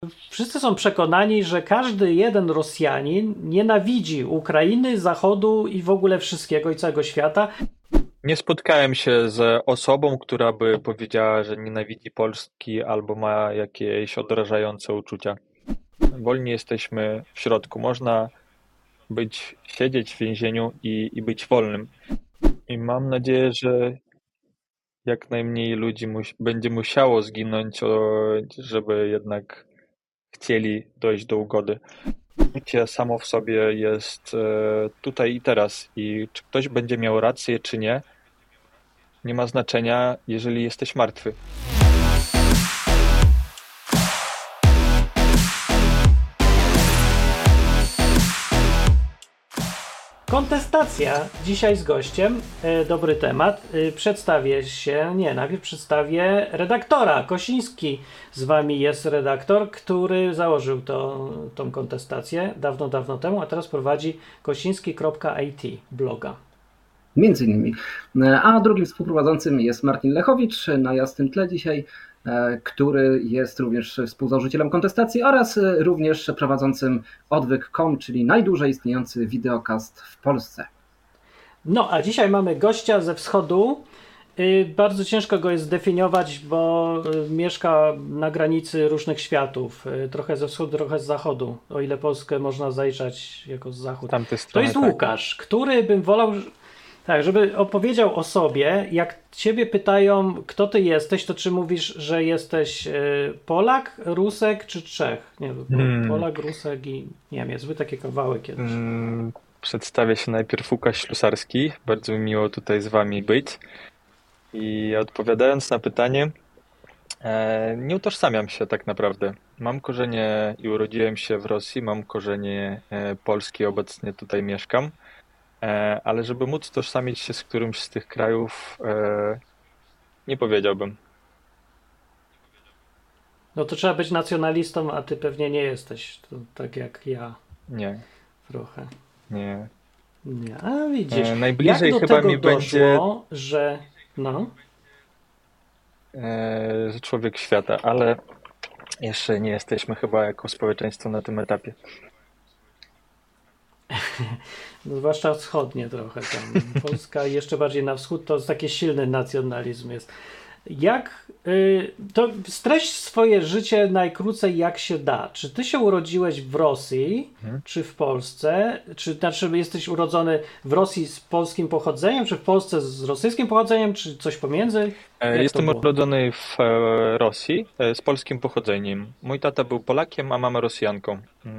wszyscy są przekonani, że każdy jeden Rosjanin nienawidzi Ukrainy, Zachodu i w ogóle wszystkiego i całego świata. Nie spotkałem się z osobą, która by powiedziała, że nienawidzi Polski albo ma jakieś odrażające uczucia. Wolni jesteśmy w środku. Można siedzieć w więzieniu i być wolnym. I mam nadzieję, że jak najmniej ludzi będzie musiało zginąć, żeby jednak chcieli dojść do ugody. Życie samo w sobie jest tutaj i teraz i czy ktoś będzie miał rację, czy nie, nie ma znaczenia, jeżeli jesteś martwy. Kontestacja. Dzisiaj z gościem. Dobry temat. Przedstawię się. Nie, najpierw przedstawię redaktora. Kosiński z wami jest redaktor, który założył tą kontestację dawno, dawno temu, a teraz prowadzi kosiński.it bloga. Między innymi. A drugim współprowadzącym jest Martin Lechowicz na jasnym tle dzisiaj, który jest również współzałożycielem kontestacji oraz również prowadzącym odwyk.com, czyli najdłużej istniejący wideokast w Polsce. No, a dzisiaj mamy gościa ze wschodu. Bardzo ciężko go jest zdefiniować, bo mieszka na granicy różnych światów. Trochę ze wschodu, trochę z zachodu. O ile Polskę można zaliczać jako zachód. To jest Łukasz, który bym wolał... Tak, żeby opowiedział o sobie, jak ciebie pytają, kto ty jesteś, to czy mówisz, że jesteś Polak, Rusek czy Czech? Nie, Polak, Rusek i Niemiec. Były takie kawały kiedyś. Przedstawię się najpierw Łukasz Ślusarski. Bardzo mi miło tutaj z wami być. I odpowiadając na pytanie, nie utożsamiam się tak naprawdę. Mam korzenie i urodziłem się w Rosji, mam korzenie polskie, obecnie tutaj mieszkam. Ale żeby móc tożsamić się z którymś z tych krajów, nie powiedziałbym. No to trzeba być nacjonalistą, a ty pewnie nie jesteś. To tak jak ja. Nie. Trochę. Nie. Nie. A widzisz, najbliżej jak do chyba tego mi doszło, będzie że... No. że człowiek świata, ale jeszcze nie jesteśmy chyba jako społeczeństwo na tym etapie. No, zwłaszcza wschodnie trochę tam. Polska i jeszcze bardziej na wschód to taki silny nacjonalizm jest. To streść swoje życie najkrócej jak się da. Czy ty się urodziłeś w Rosji, czy w Polsce? Czy znaczy jesteś urodzony w Rosji z polskim pochodzeniem, czy w Polsce z rosyjskim pochodzeniem, czy coś pomiędzy? Jestem urodzony w Rosji z polskim pochodzeniem. Mój tata był Polakiem, a mama Rosjanką.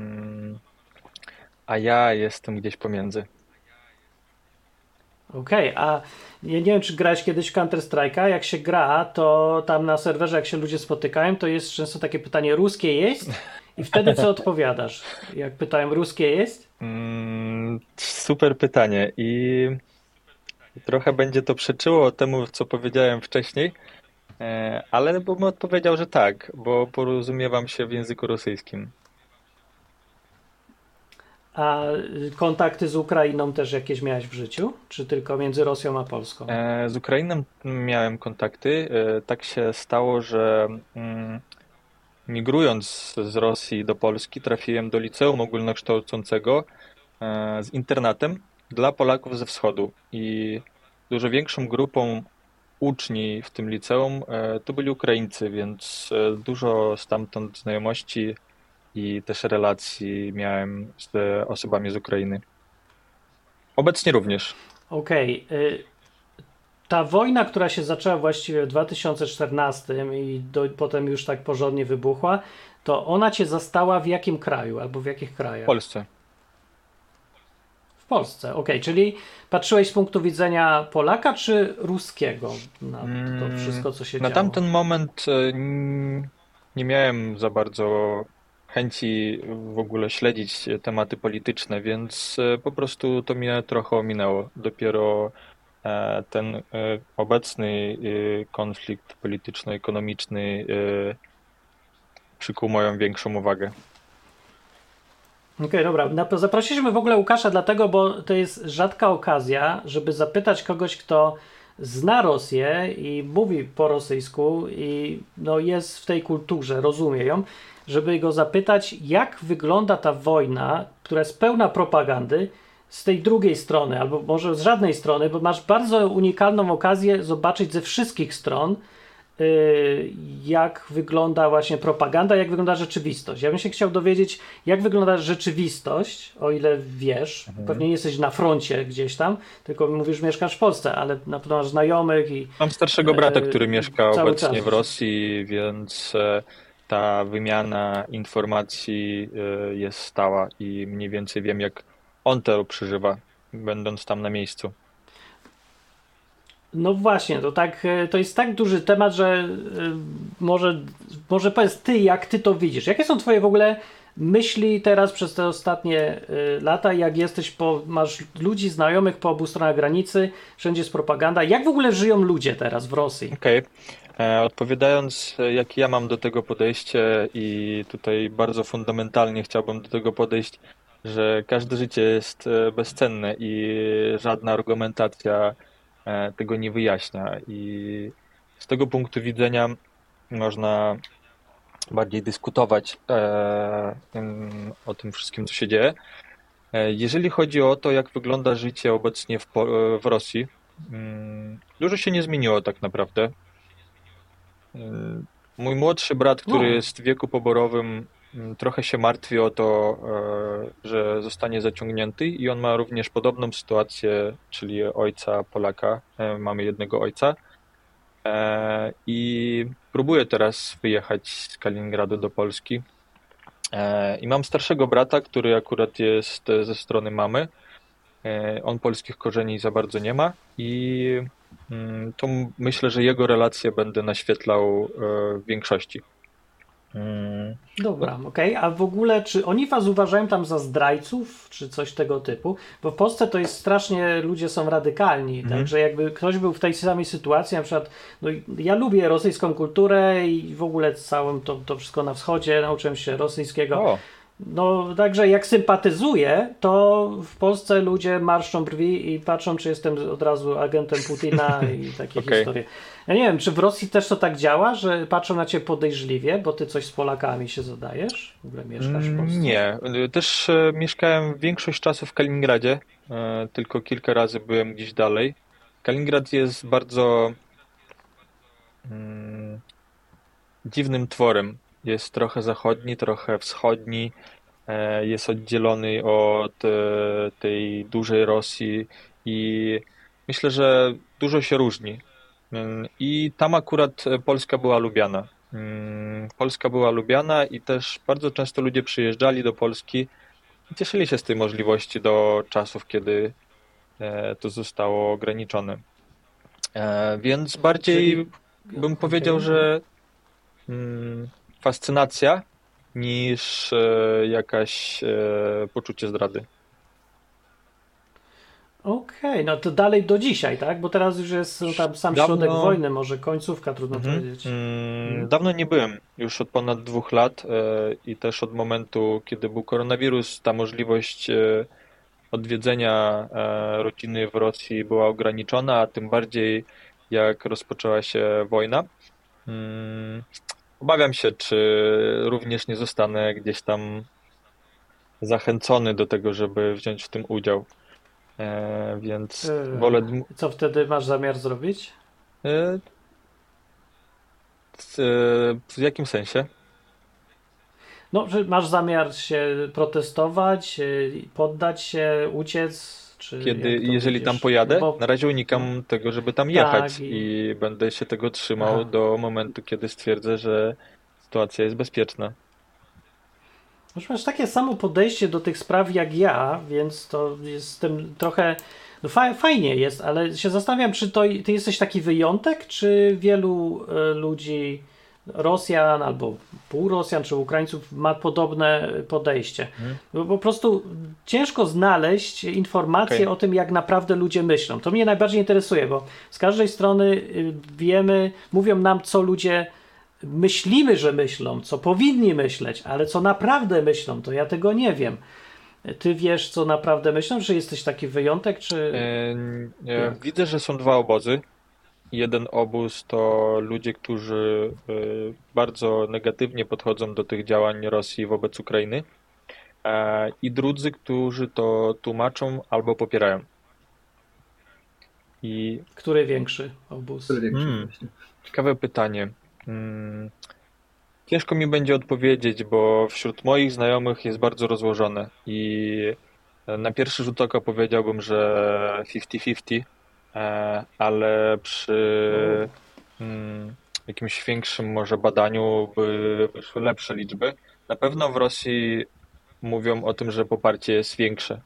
A ja jestem gdzieś pomiędzy. Okej, a ja nie wiem, czy grałeś kiedyś w Counter-Strike'a. Jak się gra, to tam na serwerze, jak się ludzie spotykają, to jest często takie pytanie, ruskie jest? I wtedy co odpowiadasz? Jak pytałem, ruskie jest? Super pytanie i trochę będzie to przeczyło temu, co powiedziałem wcześniej, ale bym odpowiedział, że tak, bo porozumiewam się w języku rosyjskim. A kontakty z Ukrainą też jakieś miałeś w życiu? Czy tylko między Rosją a Polską? Z Ukrainą miałem kontakty. Tak się stało, że migrując z Rosji do Polski, trafiłem do liceum ogólnokształcącego z internatem dla Polaków ze wschodu. I dużo większą grupą uczni w tym liceum to byli Ukraińcy, więc dużo stamtąd znajomości i też relacji miałem z osobami z Ukrainy. Obecnie również. Okej. Ta wojna, która się zaczęła właściwie w 2014 i potem już tak porządnie wybuchła, to ona cię zastała w jakim kraju albo w jakich W krajach? Polsce. W Polsce, okej. Czyli patrzyłeś z punktu widzenia Polaka czy ruskiego na to wszystko, co się Na działo? tamten moment nie miałem za bardzo chęci w ogóle śledzić tematy polityczne, więc po prostu to mnie trochę ominęło. Dopiero ten obecny konflikt polityczno-ekonomiczny przykuł moją większą uwagę. Okej, dobra. Zaprosiliśmy w ogóle Łukasza dlatego, bo to jest rzadka okazja, żeby zapytać kogoś, kto zna Rosję i mówi po rosyjsku i no jest w tej kulturze, rozumie ją, żeby go zapytać, jak wygląda ta wojna, która jest pełna propagandy, z tej drugiej strony, albo może z żadnej strony, bo masz bardzo unikalną okazję zobaczyć ze wszystkich stron, jak wygląda właśnie propaganda, jak wygląda rzeczywistość. Ja bym się chciał dowiedzieć, jak wygląda rzeczywistość, o ile wiesz, pewnie nie jesteś na froncie gdzieś tam, tylko mówisz, że mieszkasz w Polsce, ale na pewno masz znajomych i Mam starszego brata, który mieszka cały obecnie czas. w Rosji, więc ta wymiana informacji jest stała i mniej więcej wiem, jak on to przeżywa, będąc tam na miejscu. No właśnie, to jest tak duży temat, że może powiedz ty, jak ty to widzisz. Jakie są twoje w ogóle myśli teraz przez te ostatnie lata, jak masz ludzi, znajomych po obu stronach granicy, wszędzie jest propaganda. Jak w ogóle żyją ludzie teraz w Rosji? Okej. Odpowiadając, jakie ja mam do tego podejście i tutaj bardzo fundamentalnie chciałbym do tego podejść, że każde życie jest bezcenne i żadna argumentacja tego nie wyjaśnia. I z tego punktu widzenia można bardziej dyskutować o tym wszystkim, co się dzieje. Jeżeli chodzi o to, jak wygląda życie obecnie w Rosji, dużo się nie zmieniło tak naprawdę. Mój młodszy brat, który No. jest w wieku poborowym, trochę się martwi o to, że zostanie zaciągnięty i on ma również podobną sytuację, czyli ojca Polaka. Mamy jednego ojca i próbuje teraz wyjechać z Kaliningradu do Polski. I mam starszego brata, który akurat jest ze strony mamy. On polskich korzeni za bardzo nie ma i to myślę, że jego relacje będę naświetlał w większości. Dobra, okej. A w ogóle, czy oni was uważają tam za zdrajców, czy coś tego typu? Bo w Polsce to jest strasznie, ludzie są radykalni, także jakby ktoś był w tej samej sytuacji, na przykład, no ja lubię rosyjską kulturę i w ogóle całym to wszystko na wschodzie, nauczyłem się rosyjskiego. O, No, także jak sympatyzuję, to w Polsce ludzie marszczą brwi i patrzą, czy jestem od razu agentem Putina i takie Okej. historie. Ja nie wiem, czy w Rosji też to tak działa, że patrzą na ciebie podejrzliwie, bo ty coś z Polakami się zadajesz? W ogóle mieszkasz w Polsce? nie. Też mieszkałem większość czasu w Kaliningradzie, tylko kilka razy byłem gdzieś dalej. Kaliningrad jest bardzo mm, dziwnym tworem. Jest trochę zachodni, trochę wschodni. Jest oddzielony od tej dużej Rosji i myślę, że dużo się różni. I tam akurat Polska była lubiana. Polska była lubiana i też bardzo często ludzie przyjeżdżali do Polski i cieszyli się z tej możliwości do czasów, kiedy to zostało ograniczone. Więc bardziej Czyli bym powiedział, okej. że fascynacja niż jakaś poczucie zdrady. Okej, no to dalej do dzisiaj, tak? Bo teraz już jest no, tam sam Dawno- środek wojny, może końcówka, trudno Mhm. powiedzieć. Dawno nie byłem, już od ponad 2 lat i też od momentu, kiedy był koronawirus, ta możliwość odwiedzenia rodziny w Rosji była ograniczona, a tym bardziej jak rozpoczęła się wojna. Mm, Obawiam się, czy również nie zostanę gdzieś tam zachęcony do tego, żeby wziąć w tym udział. Więc wolę. Co wtedy masz zamiar zrobić? E, w jakim sensie? No, że masz zamiar się protestować, poddać się, uciec, czy jak to Jeżeli tam widzisz? pojadę, No bo na razie unikam tego, żeby tam tak, jechać i będę się tego trzymał Aha. do momentu, kiedy stwierdzę, że sytuacja jest bezpieczna. Masz takie samo podejście do tych spraw jak ja, więc to jestem trochę. No fajnie jest, ale się zastanawiam, czy ty jesteś taki wyjątek, czy wielu ludzi, Rosjan albo pół Rosjan, czy Ukraińców ma podobne podejście. Mhm. Bo po prostu ciężko znaleźć informacje Okej. o tym, jak naprawdę ludzie myślą. To mnie najbardziej interesuje, bo z każdej strony wiemy, mówią nam, co ludzie myślimy, że myślą, co powinni myśleć, ale co naprawdę myślą, to ja tego nie wiem. Ty wiesz, co naprawdę myślą? Czy jesteś taki wyjątek, czy jak? Widzę, że są dwa obozy. jeden obóz to ludzie, którzy bardzo negatywnie podchodzą do tych działań Rosji wobec Ukrainy, i drudzy, którzy to tłumaczą albo popierają. I Który większy obóz? Który większy Hmm. właśnie. ciekawe pytanie. Ciężko mi będzie odpowiedzieć, bo wśród moich znajomych jest bardzo rozłożone i na pierwszy rzut oka powiedziałbym, że 50-50, ale przy jakimś większym może badaniu by wyszły lepsze liczby. Na pewno w Rosji mówią o tym, że poparcie jest większe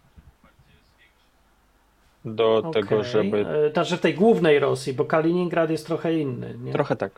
do tego, Okej. żeby... Znaczy w tej głównej Rosji, bo Kaliningrad jest trochę inny, nie? Trochę tak.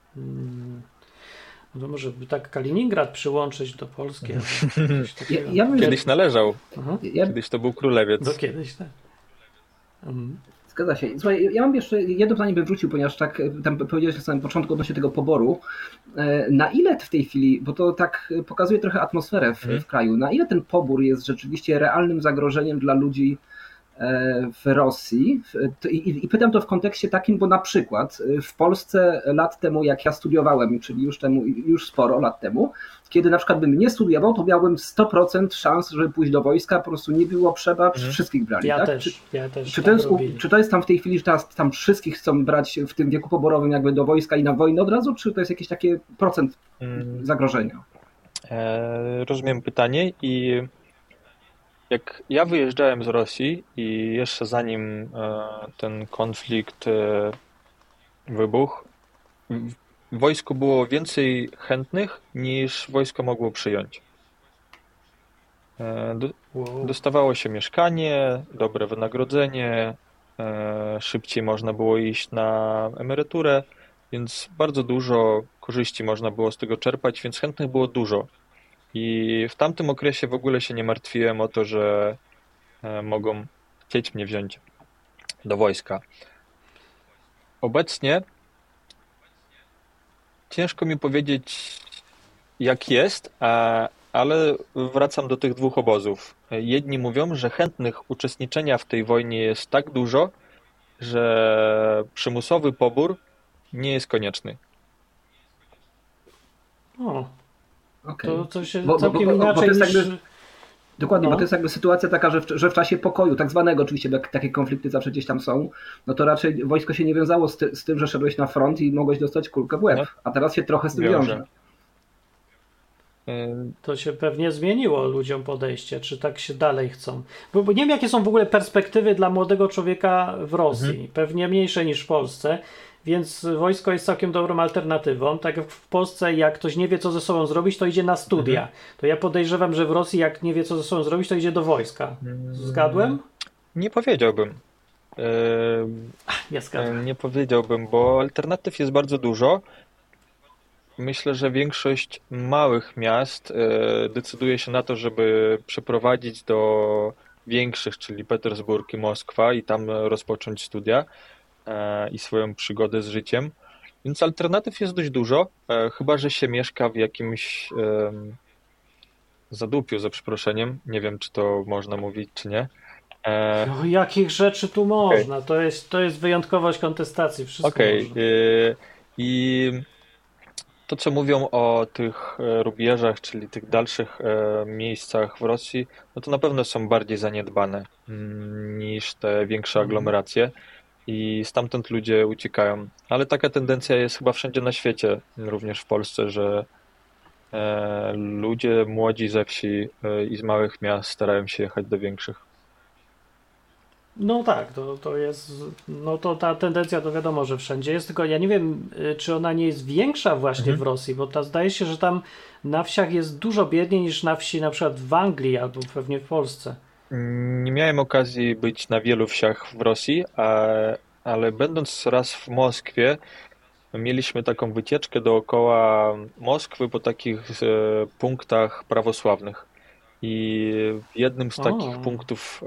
No może by tak Kaliningrad przyłączyć do Polski albo coś takiego. Ja bym Kiedyś należał. Aha. Kiedyś to był królewiec. Do kiedyś, tak. Zgadza się. Słuchaj, ja mam jeszcze jedno pytanie bym wrzucił, ponieważ tak tam powiedziałeś na samym początku odnośnie tego poboru. Na ile w tej chwili, bo to tak pokazuje trochę atmosferę w kraju, na ile ten pobór jest rzeczywiście realnym zagrożeniem dla ludzi w Rosji? I pytam to w kontekście takim, bo na przykład w Polsce lat temu, jak ja studiowałem, czyli już sporo lat temu, kiedy na przykład bym nie studiował, to miałbym 100% szans, żeby pójść do wojska, po prostu nie było trzeba, wszystkich brali. Ja tak? też Czy tak to, robili. czy to jest tam w tej chwili, że teraz tam wszystkich chcą brać w tym wieku poborowym jakby do wojska i na wojnę od razu, czy to jest jakiś taki procent zagrożenia? Rozumiem pytanie i jak ja wyjeżdżałem z Rosji i jeszcze zanim ten konflikt wybuchł, w wojsku było więcej chętnych niż wojsko mogło przyjąć. Wow. Dostawało się mieszkanie, dobre wynagrodzenie, szybciej można było iść na emeryturę, więc bardzo dużo korzyści można było z tego czerpać, więc chętnych było dużo. I w tamtym okresie w ogóle się nie martwiłem o to, że mogą chcieć mnie wziąć do wojska. Obecnie ciężko mi powiedzieć, jak jest, ale wracam do tych dwóch obozów. Jedni mówią, że chętnych uczestniczenia w tej wojnie jest tak dużo, że przymusowy pobór nie jest konieczny. Okay. To się całkiem inaczej bo to niż... jest jakby, dokładnie, No. bo to jest jakby sytuacja taka, że w czasie pokoju, tak zwanego oczywiście, bo jak takie konflikty zawsze gdzieś tam są, no to raczej wojsko się nie wiązało z tym, że szedłeś na front i mogłeś dostać kulkę w łeb, No. a teraz się trochę z tym Wiąże. wiąże. To się pewnie zmieniło ludziom podejście, czy tak się dalej chcą. Bo nie wiem, jakie są w ogóle perspektywy dla młodego człowieka w Rosji. Pewnie mniejsze niż w Polsce, więc wojsko jest całkiem dobrą alternatywą. Tak jak w Polsce, jak ktoś nie wie, co ze sobą zrobić, to idzie na studia. To ja podejrzewam, że w Rosji, jak nie wie, co ze sobą zrobić, to idzie do wojska. Zgadłem? Nie powiedziałbym. Nie zgadłem. Nie powiedziałbym, bo alternatyw jest bardzo dużo. Myślę, że większość małych miast decyduje się na to, żeby przeprowadzić do większych, czyli Petersburg i Moskwa i tam rozpocząć studia i swoją przygodę z życiem. Więc alternatyw jest dość dużo, chyba że się mieszka w jakimś zadupiu, za przeproszeniem. Nie wiem, czy to można mówić, czy nie. No, jakich rzeczy tu można? To jest wyjątkowość kontestacji. Wszystko można. I to, co mówią o tych rubieżach, czyli tych dalszych miejscach w Rosji, no to na pewno są bardziej zaniedbane niż te większe aglomeracje i stamtąd ludzie uciekają. Ale taka tendencja jest chyba wszędzie na świecie, również w Polsce, że ludzie młodzi ze wsi i z małych miast starają się jechać do większych. No tak, to jest, no to ta tendencja to wiadomo, że wszędzie jest, tylko ja nie wiem, czy ona nie jest większa właśnie w Rosji, bo zdaje się, że tam na wsiach jest dużo biedniej niż na wsi na przykład w Anglii albo pewnie w Polsce. Nie miałem okazji być na wielu wsiach w Rosji, ale będąc raz w Moskwie, mieliśmy taką wycieczkę dookoła Moskwy po takich punktach prawosławnych. I w jednym z takich punktów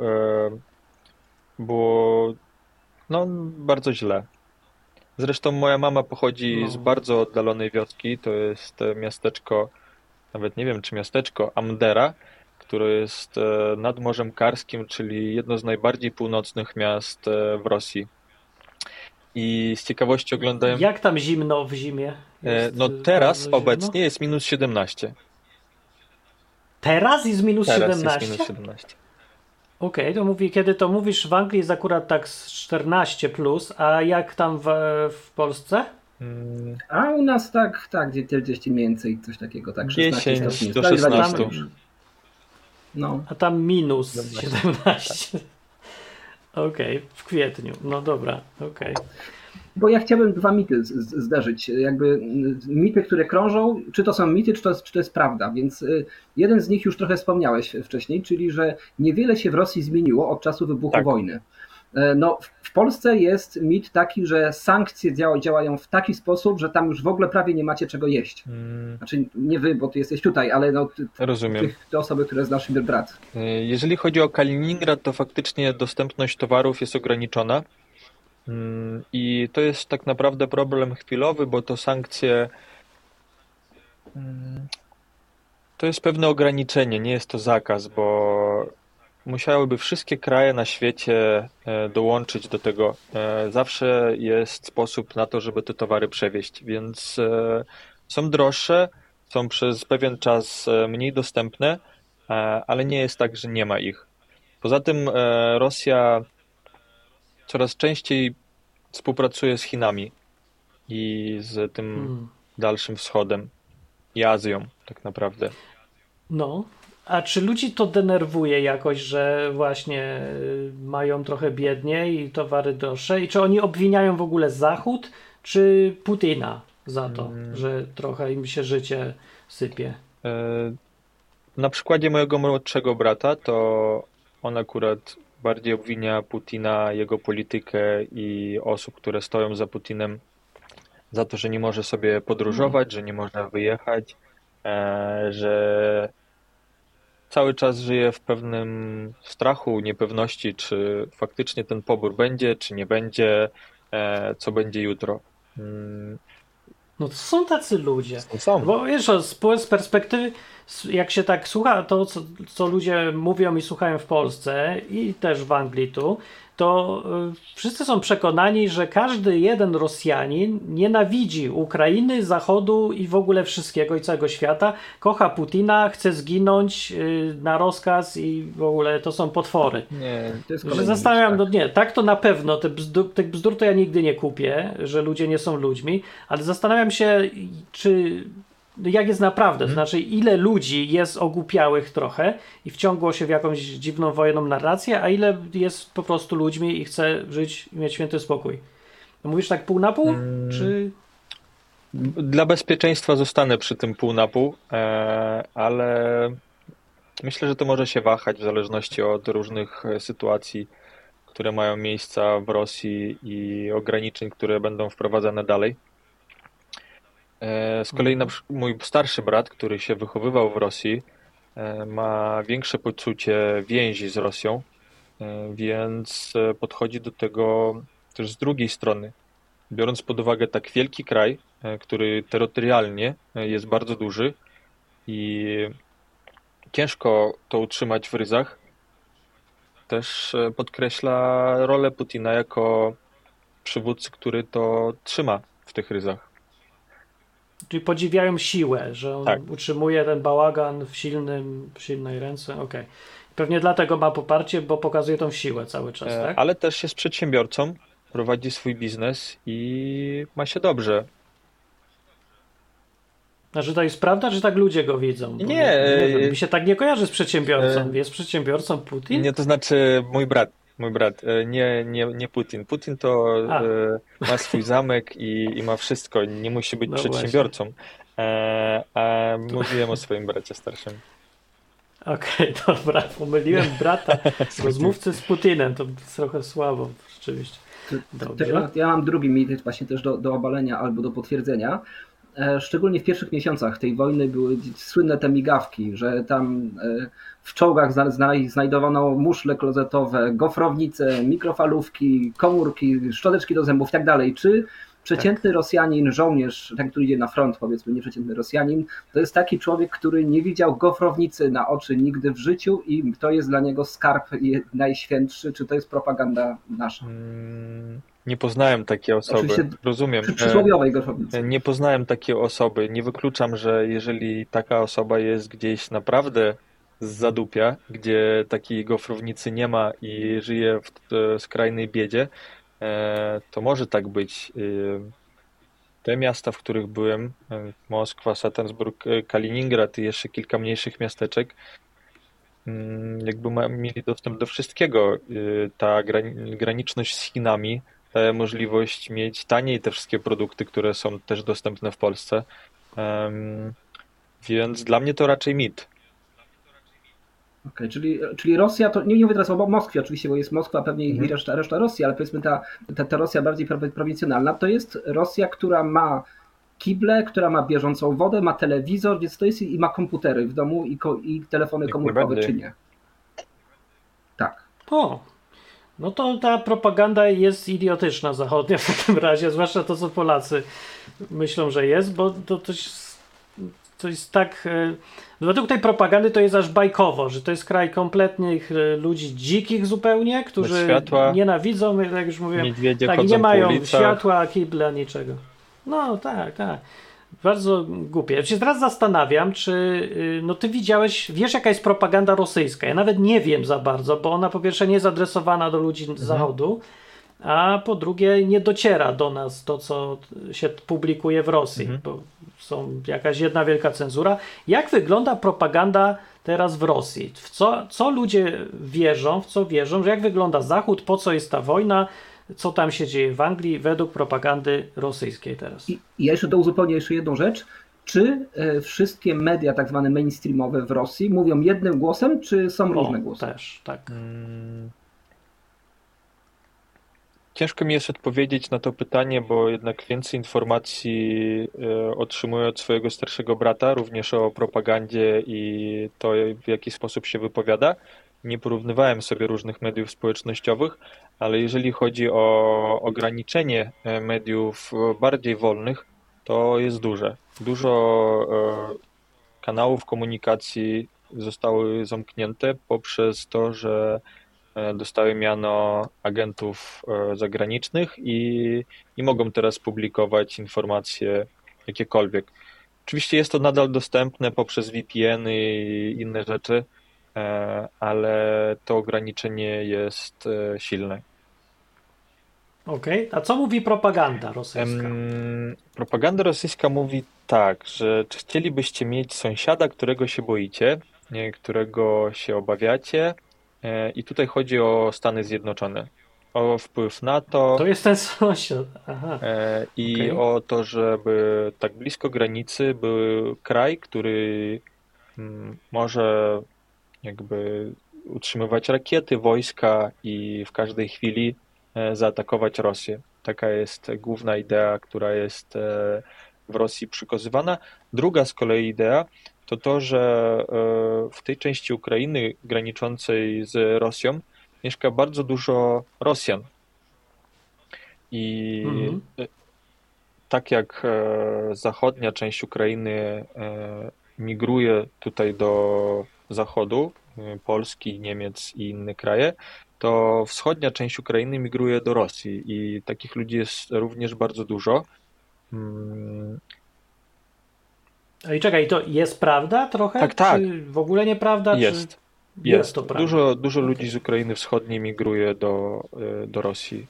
było no, bardzo źle. Zresztą moja mama pochodzi z bardzo oddalonej wioski, to jest miasteczko, nawet nie wiem czy miasteczko, Amdera, które jest nad Morzem Karskim, czyli jedno z najbardziej północnych miast w Rosji. i z ciekawości oglądałem. Jak tam zimno w zimie? Jest No teraz bardzo zimno? obecnie jest minus 17. Teraz jest minus Teraz 17? jest minus 17. Okej, to mówi, kiedy to mówisz, w Anglii jest akurat tak z 14 plus, a jak tam w Polsce? A u nas tak, gdzieś mniej więcej coś takiego, tak 16 10 stopni. do Prawie 16. 20. No. A tam minus 17. 17. Okej, w kwietniu. No dobra, okej. Bo ja chciałbym dwa mity zderzyć. Jakby mity, które krążą, czy to są mity, czy to jest prawda. Więc jeden z nich już trochę wspomniałeś wcześniej, czyli że niewiele się w Rosji zmieniło od czasu wybuchu Tak. wojny. No, w Polsce jest mit taki, że sankcje działają w taki sposób, że tam już w ogóle prawie nie macie czego jeść. Znaczy nie wy, bo ty jesteś tutaj, ale no, Rozumiem. te osoby, które znasz, mój brat. Jeżeli chodzi o Kaliningrad, to faktycznie dostępność towarów jest ograniczona. I to jest tak naprawdę problem chwilowy, bo to sankcje to jest pewne ograniczenie, nie jest to zakaz, bo musiałyby wszystkie kraje na świecie dołączyć do tego. Zawsze jest sposób na to, żeby te towary przewieźć, więc są droższe, są przez pewien czas mniej dostępne, ale nie jest tak, że nie ma ich. Poza tym Rosja coraz częściej współpracuje z Chinami i z tym Dalszym Wschodem i Azją tak naprawdę. No, a czy ludzi to denerwuje jakoś, że właśnie mają trochę biedniej i towary droższe? I czy oni obwiniają w ogóle Zachód, czy Putina za to, że trochę im się życie sypie? Na przykładzie mojego młodszego brata, to on akurat bardziej obwinia Putina, jego politykę i osób, które stoją za Putinem, za to, że nie może sobie podróżować, że nie można wyjechać, że cały czas żyje w pewnym strachu, niepewności, czy faktycznie ten pobór będzie, czy nie będzie, co będzie jutro. No to są tacy ludzie. Są. Bo wiesz, z perspektywy, jak się tak słucha to, co ludzie mówią i słuchają w Polsce i też w Anglii tu, to wszyscy są przekonani, że każdy jeden Rosjanin nienawidzi Ukrainy, Zachodu i w ogóle wszystkiego i całego świata, kocha Putina, chce zginąć na rozkaz i w ogóle to są potwory. Nie, To jest Że kolejny zastanawiam, mit, no nie, tak to na pewno, tych bzdur to ja nigdy nie kupię, że ludzie nie są ludźmi, ale zastanawiam się, czy jak jest naprawdę, to znaczy ile ludzi jest ogłupiałych trochę i wciągło się w jakąś dziwną wojenną narrację, a ile jest po prostu ludźmi i chce żyć i mieć święty spokój. No mówisz tak pół na pół, czy... Dla bezpieczeństwa zostanę przy tym pół na pół, ale myślę, że to może się wahać w zależności od różnych sytuacji, które mają miejsca w Rosji i ograniczeń, które będą wprowadzane dalej. Z kolei mój starszy brat, który się wychowywał w Rosji, ma większe poczucie więzi z Rosją, więc podchodzi do tego też z drugiej strony. Biorąc pod uwagę tak wielki kraj, który terytorialnie jest bardzo duży i ciężko to utrzymać w ryzach, też podkreśla rolę Putina jako przywódcy, który to trzyma w tych ryzach. Czyli podziwiają siłę, że on Tak. utrzymuje ten bałagan w silnej ręce. Okej. Pewnie dlatego ma poparcie, bo pokazuje tą siłę cały czas, tak? Ale też jest przedsiębiorcą, prowadzi swój biznes i ma się dobrze. Znaczy to jest prawda, czy tak ludzie go widzą? Bo Nie, nie wiem, mi się tak nie kojarzy z przedsiębiorcą. Jest przedsiębiorcą Putin? Nie, to znaczy mój brat, nie Putin. Putin to ma swój zamek i ma wszystko, nie musi być No przedsiębiorcą. A mówiłem o swoim bracie starszym. Okej, dobra, pomyliłem brata rozmówcy z Putinem, to trochę słabo rzeczywiście. Dobrze. Ja mam drugi mit, właśnie też do obalenia albo do potwierdzenia. Szczególnie w pierwszych miesiącach tej wojny były słynne te migawki, że tam w czołgach znajdowano muszle klozetowe, gofrownice, mikrofalówki, komórki, szczoteczki do zębów i tak dalej. Czy przeciętny Rosjanin, żołnierz, ten, który idzie na front, powiedzmy, nieprzeciętny Rosjanin, to jest taki człowiek, który nie widział gofrownicy na oczy nigdy w życiu i to jest dla niego skarb najświętszy. Czy to jest propaganda nasza? Nie poznałem takiej osoby. Oczywiście Rozumiem. przysłowiowej gofrownicy. Nie poznałem takiej osoby. Nie wykluczam, że jeżeli taka osoba jest gdzieś naprawdę z zadupia, gdzie takiej gofrownicy nie ma i żyje w skrajnej biedzie, to może tak być. Te miasta, w których byłem, Moskwa, Satansburg, Kaliningrad i jeszcze kilka mniejszych miasteczek, jakby mieli dostęp do wszystkiego. Ta graniczność z Chinami daje możliwość mieć taniej te wszystkie produkty, które są też dostępne w Polsce. Więc dla mnie to raczej mit. Okej, czyli Rosja, to nie mówię teraz o Moskwie oczywiście, bo jest Moskwa pewnie i reszta Rosji, ale powiedzmy ta Rosja bardziej prowincjonalna, to jest Rosja, która ma kible, która ma bieżącą wodę, ma telewizor, więc to jest i ma komputery w domu i telefony komórkowe, czy nie? Tak. O, no to ta propaganda jest idiotyczna zachodnia w takim razie, zwłaszcza to, co Polacy myślą, że jest, bo to jest tak... Według tej propagandy to jest aż bajkowo, że to jest kraj kompletnych ludzi dzikich zupełnie, którzy światła, nienawidzą, jak już mówiłem, niedźwiedzie tak, chodzą nie po mają ulicach. światła, kibla, niczego. No tak. Bardzo głupie. Ja się teraz zastanawiam, czy no ty wiesz jaka jest propaganda rosyjska. Ja nawet nie wiem za bardzo, bo ona po pierwsze nie jest adresowana do ludzi z zachodu, a po drugie nie dociera do nas to, co się publikuje w Rosji, bo są jakaś jedna wielka cenzura. Jak wygląda propaganda teraz w Rosji? Co ludzie wierzą, że jak wygląda Zachód, po co jest ta wojna, co tam się dzieje w Anglii według propagandy rosyjskiej teraz? I ja jeszcze uzupełnię jeszcze jedną rzecz. Czy wszystkie media tak zwane mainstreamowe w Rosji mówią jednym głosem, czy są różne głosy? Też, tak. Ciężko mi jest odpowiedzieć na to pytanie, bo jednak więcej informacji otrzymuję od swojego starszego brata, również o propagandzie i to, w jaki sposób się wypowiada. Nie porównywałem sobie różnych mediów społecznościowych, ale jeżeli chodzi o ograniczenie mediów bardziej wolnych, to jest duże. Dużo kanałów komunikacji zostały zamknięte poprzez to, że dostały miano agentów zagranicznych i nie mogą teraz publikować informacje jakiekolwiek. Oczywiście jest to nadal dostępne poprzez VPN-y i inne rzeczy, ale to ograniczenie jest silne. Okej. A co mówi propaganda rosyjska? Propaganda rosyjska mówi tak, że czy chcielibyście mieć sąsiada, którego się boicie, którego się obawiacie, i tutaj chodzi o Stany Zjednoczone, o wpływ NATO To jest ten sąsiad. Aha. i Okej. o to, żeby tak blisko granicy był kraj, który może jakby utrzymywać rakiety, wojska i w każdej chwili zaatakować Rosję. Taka jest główna idea, która jest w Rosji przekazywana. Druga z kolei idea to to, że w tej części Ukrainy graniczącej z Rosją mieszka bardzo dużo Rosjan. I tak jak zachodnia część Ukrainy migruje tutaj do zachodu, Polski, Niemiec i inne kraje, to wschodnia część Ukrainy migruje do Rosji i takich ludzi jest również bardzo dużo. I czekaj, to jest prawda trochę? Tak. Czy w ogóle nieprawda? Jest. Czy jest to prawda? Dużo ludzi z Ukrainy Wschodniej migruje do Rosji.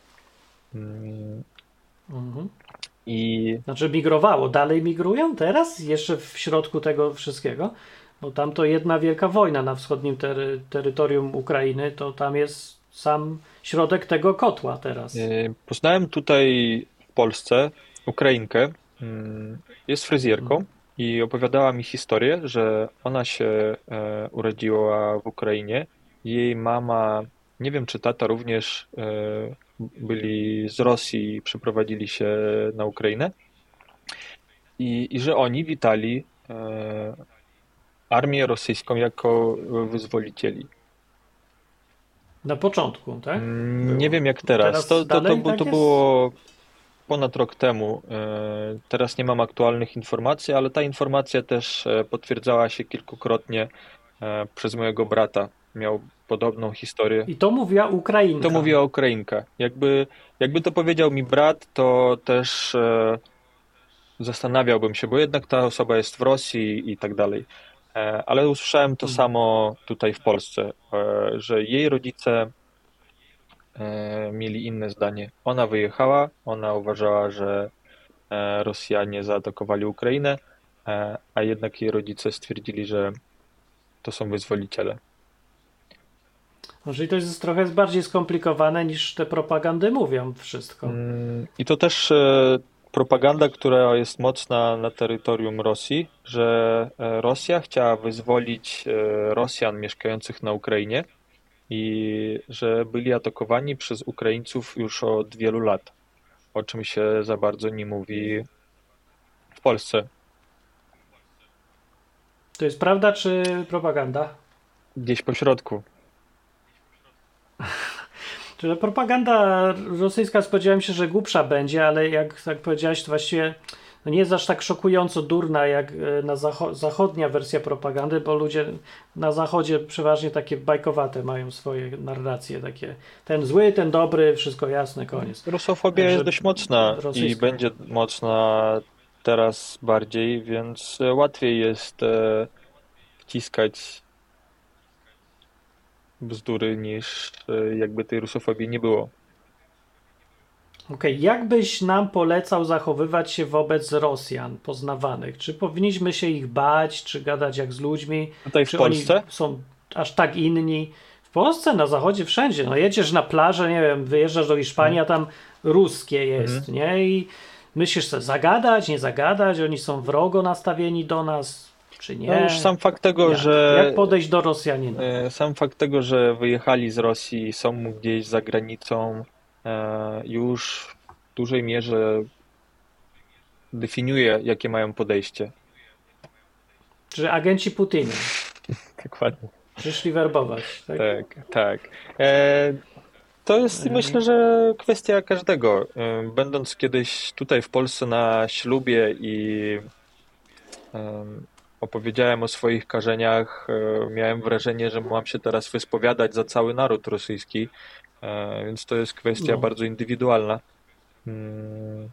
I Znaczy migrowało, dalej migrują teraz? Jeszcze w środku tego wszystkiego? Bo tam to jedna wielka wojna na wschodnim terytorium Ukrainy, to tam jest sam środek tego kotła teraz. poznałem tutaj w Polsce Ukrainkę, jest fryzjerką i opowiadała mi historię, że ona się urodziła w Ukrainie. Jej mama, nie wiem czy tata również byli z Rosji i przeprowadzili się na Ukrainę i że oni witali armię rosyjską jako wyzwolicieli. Na początku, tak? Nie wiem jak teraz. Teraz dalej tak To jest? było ponad rok temu. Teraz nie mam aktualnych informacji, ale ta informacja też potwierdzała się kilkukrotnie przez mojego brata. Miał podobną historię. I to mówiła To Ukrainka. mówiła Ukrainka. Jakby to powiedział mi brat, to też zastanawiałbym się, bo jednak ta osoba jest w Rosji i tak dalej. Ale usłyszałem to samo tutaj w Polsce, że jej rodzice mieli inne zdanie. Ona wyjechała, ona uważała, że Rosjanie zaatakowali Ukrainę, a jednak jej rodzice stwierdzili, że to są wyzwoliciele. Czyli to jest trochę bardziej skomplikowane niż te propagandy mówią wszystko. I to też propaganda, która jest mocna na terytorium Rosji, że Rosja chciała wyzwolić Rosjan mieszkających na Ukrainie i że byli atakowani przez Ukraińców już od wielu lat, o czym się za bardzo nie mówi w Polsce. To jest prawda czy propaganda? Gdzieś po środku. Czyli propaganda rosyjska, spodziewałem się, że głupsza będzie, ale jak tak powiedziałeś, to właściwie no nie jest aż tak szokująco durna jak na zachodnia wersja propagandy, bo ludzie na zachodzie przeważnie takie bajkowate mają swoje narracje, takie ten zły, ten dobry, wszystko jasne, koniec. Rusofobia Także jest dość mocna i rosyjska. będzie mocna teraz bardziej, więc łatwiej jest wciskać bzdury niż jakby tej rusofobii nie było. Okej, jak byś nam polecał zachowywać się wobec Rosjan poznawanych? Czy powinniśmy się ich bać, czy gadać jak z ludźmi? Tutaj w Czy oni Polsce? są aż tak inni? W Polsce, na zachodzie, wszędzie. No jedziesz na plażę, nie wiem, wyjeżdżasz do Hiszpanii, a tam ruskie jest, nie? I myślisz sobie, zagadać, nie zagadać? Oni są wrogo nastawieni do nas, czy No już nie? sam fakt tego, Jak? że Jak podejść do Rosjanina? wyjechali z Rosji, są gdzieś za granicą, już w dużej mierze definiuje, jakie mają podejście. Czy agenci Putina Dokładnie. przyszli werbować, tak? Tak, tak. To jest myślę, że kwestia każdego. Będąc kiedyś tutaj w Polsce na ślubie i opowiedziałem o swoich karzeniach, miałem wrażenie, że mam się teraz wyspowiadać za cały naród rosyjski, więc to jest kwestia No. bardzo indywidualna. Mm,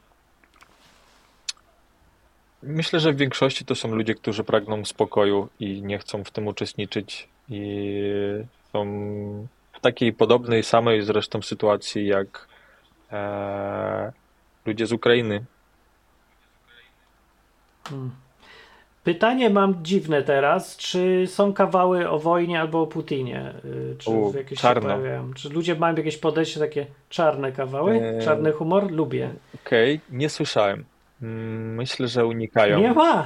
Myślę, że w większości to są ludzie, którzy pragną spokoju i nie chcą w tym uczestniczyć i są w takiej podobnej, samej zresztą sytuacji jak ludzie z Ukrainy. Pytanie mam dziwne teraz. Czy są kawały o wojnie albo o Putinie? Czy jakieś się Czarno. pojawiają? Czy ludzie mają jakieś podejście takie czarne kawały? Czarny humor? Lubię. Okej, nie słyszałem. Myślę, że unikają. Nie ma!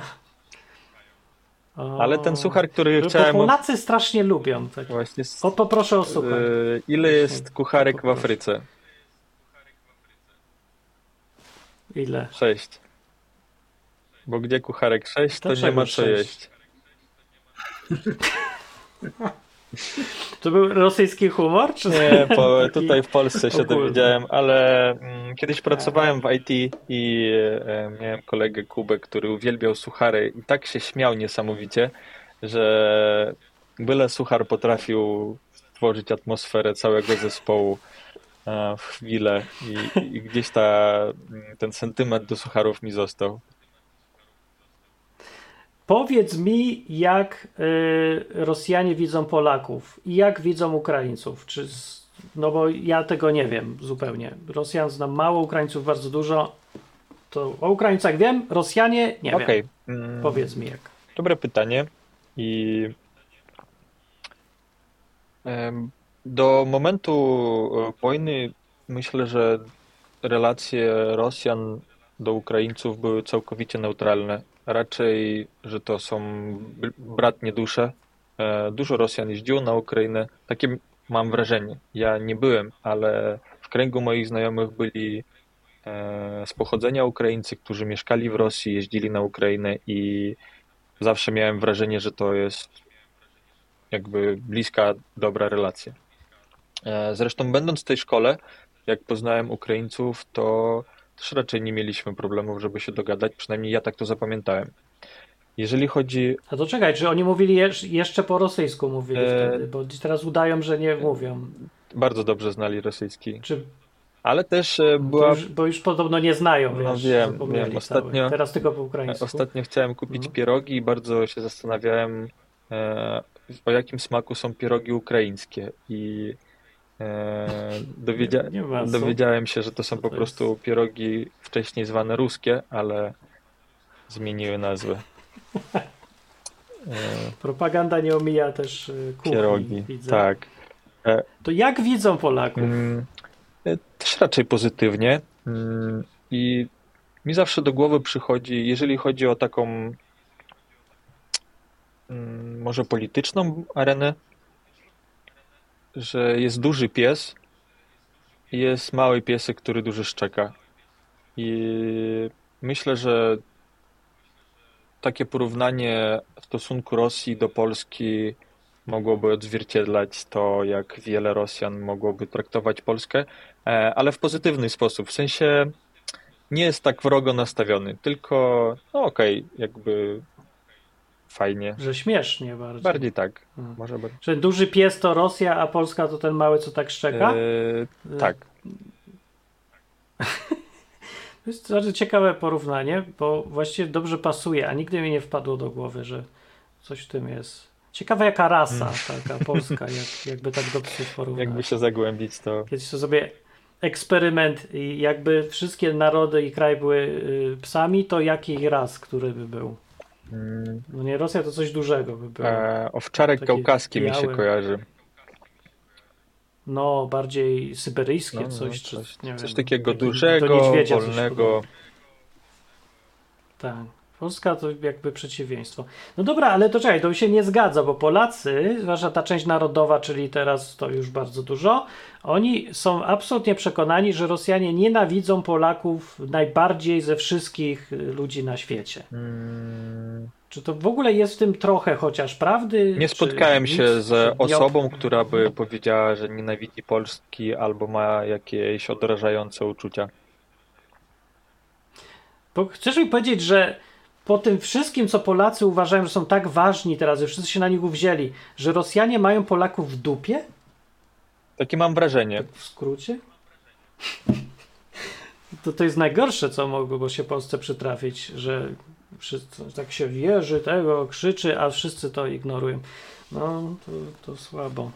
Ale ten suchar, który Bo chciałem Polacy strasznie lubią. Tak. właśnie... Poproszę o suchar. Ile jest Właśnie, kucharek w poproszę. Afryce? Ile? 6. Bo gdzie kucharek 6, to nie Dlaczego ma co 6? jeść. To był rosyjski humor? Czy Nie, taki tutaj w Polsce się ogólny? dowiedziałem, ale kiedyś pracowałem w IT i miałem kolegę Kubę, który uwielbiał suchary i tak się śmiał niesamowicie, że byle suchar potrafił stworzyć atmosferę całego zespołu w chwilę i gdzieś ten sentyment do sucharów mi został. Powiedz mi, jak Rosjanie widzą Polaków i jak widzą Ukraińców. No bo ja tego nie wiem zupełnie. Rosjan znam mało, Ukraińców bardzo dużo. To o Ukraińcach wiem, Rosjanie nie Okej. wiem. Powiedz mi jak. Dobre pytanie. I do momentu wojny myślę, że relacje Rosjan do Ukraińców były całkowicie neutralne. Raczej, że to są bratnie dusze. Dużo Rosjan jeździło na Ukrainę. Takie mam wrażenie. Ja nie byłem, ale w kręgu moich znajomych byli z pochodzenia Ukraińcy, którzy mieszkali w Rosji, jeździli na Ukrainę i zawsze miałem wrażenie, że to jest jakby bliska, dobra relacja. Zresztą będąc w tej szkole, jak poznałem Ukraińców, to też raczej nie mieliśmy problemów, żeby się dogadać, przynajmniej ja tak to zapamiętałem. Jeżeli chodzi... A to czekaj, czy oni mówili jeszcze po rosyjsku mówili E, wtedy, bo teraz udają, że nie mówią. Bardzo dobrze znali rosyjski, Czy, ale też to była... bo już podobno nie znają, No wiesz, wiem, zapomnieli ostatnio... cały. Teraz tylko po ukraińsku. Ostatnio chciałem kupić No. pierogi i bardzo się zastanawiałem, o jakim smaku są pierogi ukraińskie. I Nie ma co. dowiedziałem się, że to są Co po to prostu pierogi wcześniej zwane ruskie, ale zmieniły nazwę. Propaganda nie omija też kuchni, Pierogi, widzę. tak. To jak widzą Polaków? Też raczej pozytywnie. I mi zawsze do głowy przychodzi, jeżeli chodzi o taką może polityczną arenę, że jest duży pies i jest mały piesek, który dużo szczeka. I myślę, że takie porównanie w stosunku Rosji do Polski mogłoby odzwierciedlać to, jak wiele Rosjan mogłoby traktować Polskę, ale w pozytywny sposób. W sensie nie jest tak wrogo nastawiony, tylko no okej, jakby fajnie. Że śmiesznie bardziej. Bardziej tak. Hmm. Może bardziej. Że duży pies to Rosja, a Polska to ten mały, co tak szczeka? Tak. To jest bardzo ciekawe porównanie, bo właściwie dobrze pasuje, a nigdy mi nie wpadło do głowy, że coś w tym jest. Ciekawa jaka rasa taka polska, jakby tak do psów porównać. Jakby się zagłębić, to... Kiedyś to sobie eksperyment i jakby wszystkie narody i kraje były psami, to jaki ras, który by był? No nie, Rosja to coś dużego by było. Owczarek Takie kaukaski mi się białe. kojarzy. No, bardziej syberyjskie No, coś, coś, nie coś wiem, takiego do dużego, niedźwiedzia coś wolnego. podobnego. Tak. Polska to jakby przeciwieństwo. No dobra, ale to czekaj, to się nie zgadza, bo Polacy, zwłaszcza ta część narodowa, czyli teraz to już bardzo dużo, oni są absolutnie przekonani, że Rosjanie nienawidzą Polaków najbardziej ze wszystkich ludzi na świecie. Czy to w ogóle jest w tym trochę chociaż prawdy? Nie Czy spotkałem nic, się czy z nie- osobą, która by powiedziała, że nienawidzi Polski albo ma jakieś odrażające uczucia. Bo chcesz mi powiedzieć, że po tym wszystkim, co Polacy uważają, że są tak ważni teraz, że wszyscy się na nich uwzięli, że Rosjanie mają Polaków w dupie? Takie mam wrażenie. Tak w skrócie? To jest najgorsze, co mogło się Polsce przytrafić, że wszyscy, tak się wierzy tego, krzyczy, a wszyscy to ignorują. No, to słabo.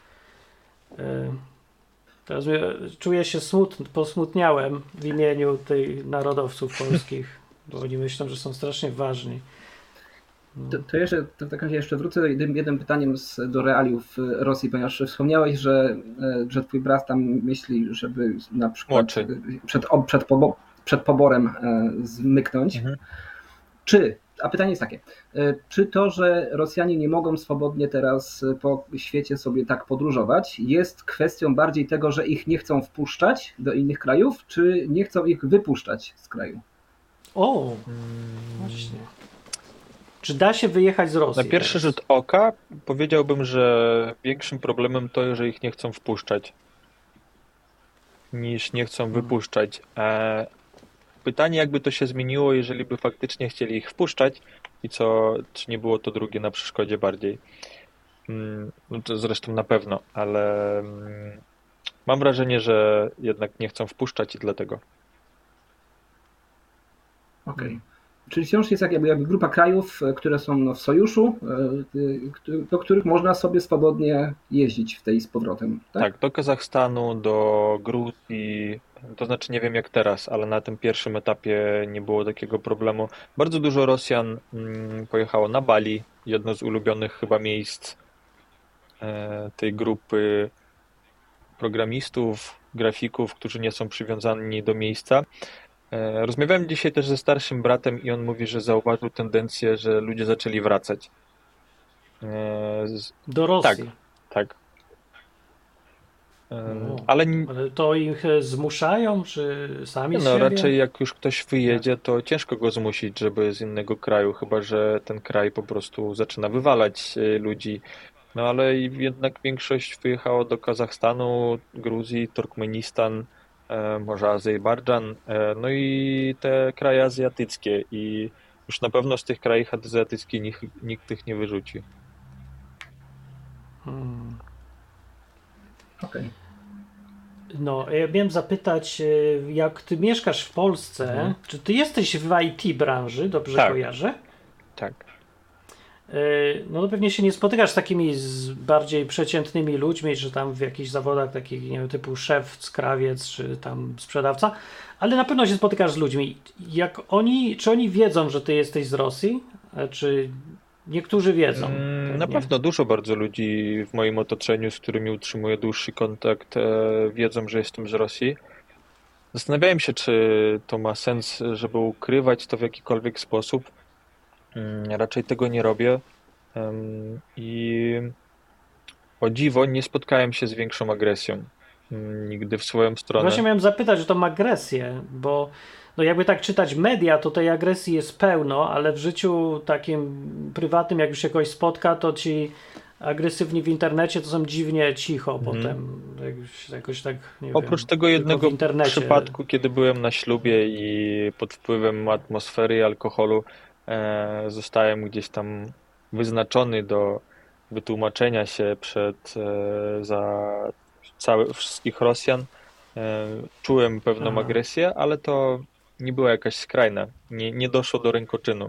Teraz czuję się posmutniałem w imieniu tych narodowców polskich, bo oni myślą, że są strasznie ważni. To jeszcze w takim razie jeszcze wrócę jednym pytaniem do realiów Rosji, ponieważ wspomniałeś, że twój brat tam myśli, żeby na przykład Młodszy. przed poborem zmyknąć. A pytanie jest takie, czy to, że Rosjanie nie mogą swobodnie teraz po świecie sobie tak podróżować, jest kwestią bardziej tego, że ich nie chcą wpuszczać do innych krajów, czy nie chcą ich wypuszczać z kraju? O, właśnie. Czy da się wyjechać z Rosji? Na pierwszy teraz? rzut oka powiedziałbym, że większym problemem to, że ich nie chcą wpuszczać, niż nie chcą wypuszczać. Pytanie, jakby to się zmieniło, jeżeli by faktycznie chcieli ich wpuszczać i czy nie było to drugie na przeszkodzie bardziej. No to zresztą na pewno, ale mam wrażenie, że jednak nie chcą wpuszczać i dlatego. Okej. Czyli wciąż jest jakby grupa krajów, które są w sojuszu, do których można sobie swobodnie jeździć z powrotem, tak? Tak, do Kazachstanu, do Gruzji, to znaczy nie wiem jak teraz, ale na tym pierwszym etapie nie było takiego problemu. Bardzo dużo Rosjan pojechało na Bali, jedno z ulubionych chyba miejsc tej grupy programistów, grafików, którzy nie są przywiązani do miejsca. Rozmawiałem dzisiaj też ze starszym bratem i on mówi, że zauważył tendencję, że ludzie zaczęli wracać. Do Rosji. Tak. O, Ale Ale to ich zmuszają, czy sami z no, siebie? raczej jak już ktoś wyjedzie, to ciężko go zmusić, żeby z innego kraju, chyba że ten kraj po prostu zaczyna wywalać ludzi. No ale jednak większość wyjechało do Kazachstanu, Gruzji, Turkmenistan, może Azerbejdżan, no i te kraje azjatyckie i już na pewno z tych krajów azjatyckich nikt tych nie wyrzuci. Hmm. Okej. No, ja miałem zapytać, jak ty mieszkasz w Polsce, czy ty jesteś w IT branży, dobrze Tak. kojarzę? Tak. No to pewnie się nie spotykasz z takimi bardziej przeciętnymi ludźmi, czy tam w jakichś zawodach takich, nie wiem, typu szef, skrawiec, czy tam sprzedawca, ale na pewno się spotykasz z ludźmi. Czy oni wiedzą, że ty jesteś z Rosji? Czy niektórzy wiedzą? Na Pewnie. pewno dużo bardzo ludzi w moim otoczeniu, z którymi utrzymuję dłuższy kontakt, wiedzą, że jestem z Rosji. Zastanawiałem się, czy to ma sens, żeby ukrywać to w jakikolwiek sposób. Raczej tego nie robię. I o dziwo nie spotkałem się z większą agresją. Nigdy w swoją stronę. Właśnie miałem zapytać o tą agresję, bo no jakby tak czytać media, to tej agresji jest pełno, ale w życiu takim prywatnym, jak już się kogoś spotka, to ci agresywni w internecie to są dziwnie cicho potem. Jakoś tak, nie Oprócz wiem, tego tylko jednego w internecie. przypadku, kiedy byłem na ślubie i pod wpływem atmosfery i alkoholu zostałem gdzieś tam wyznaczony do wytłumaczenia się za wszystkich Rosjan. Czułem pewną Aha. agresję, ale to nie była jakaś skrajna. Nie doszło do rękoczynu.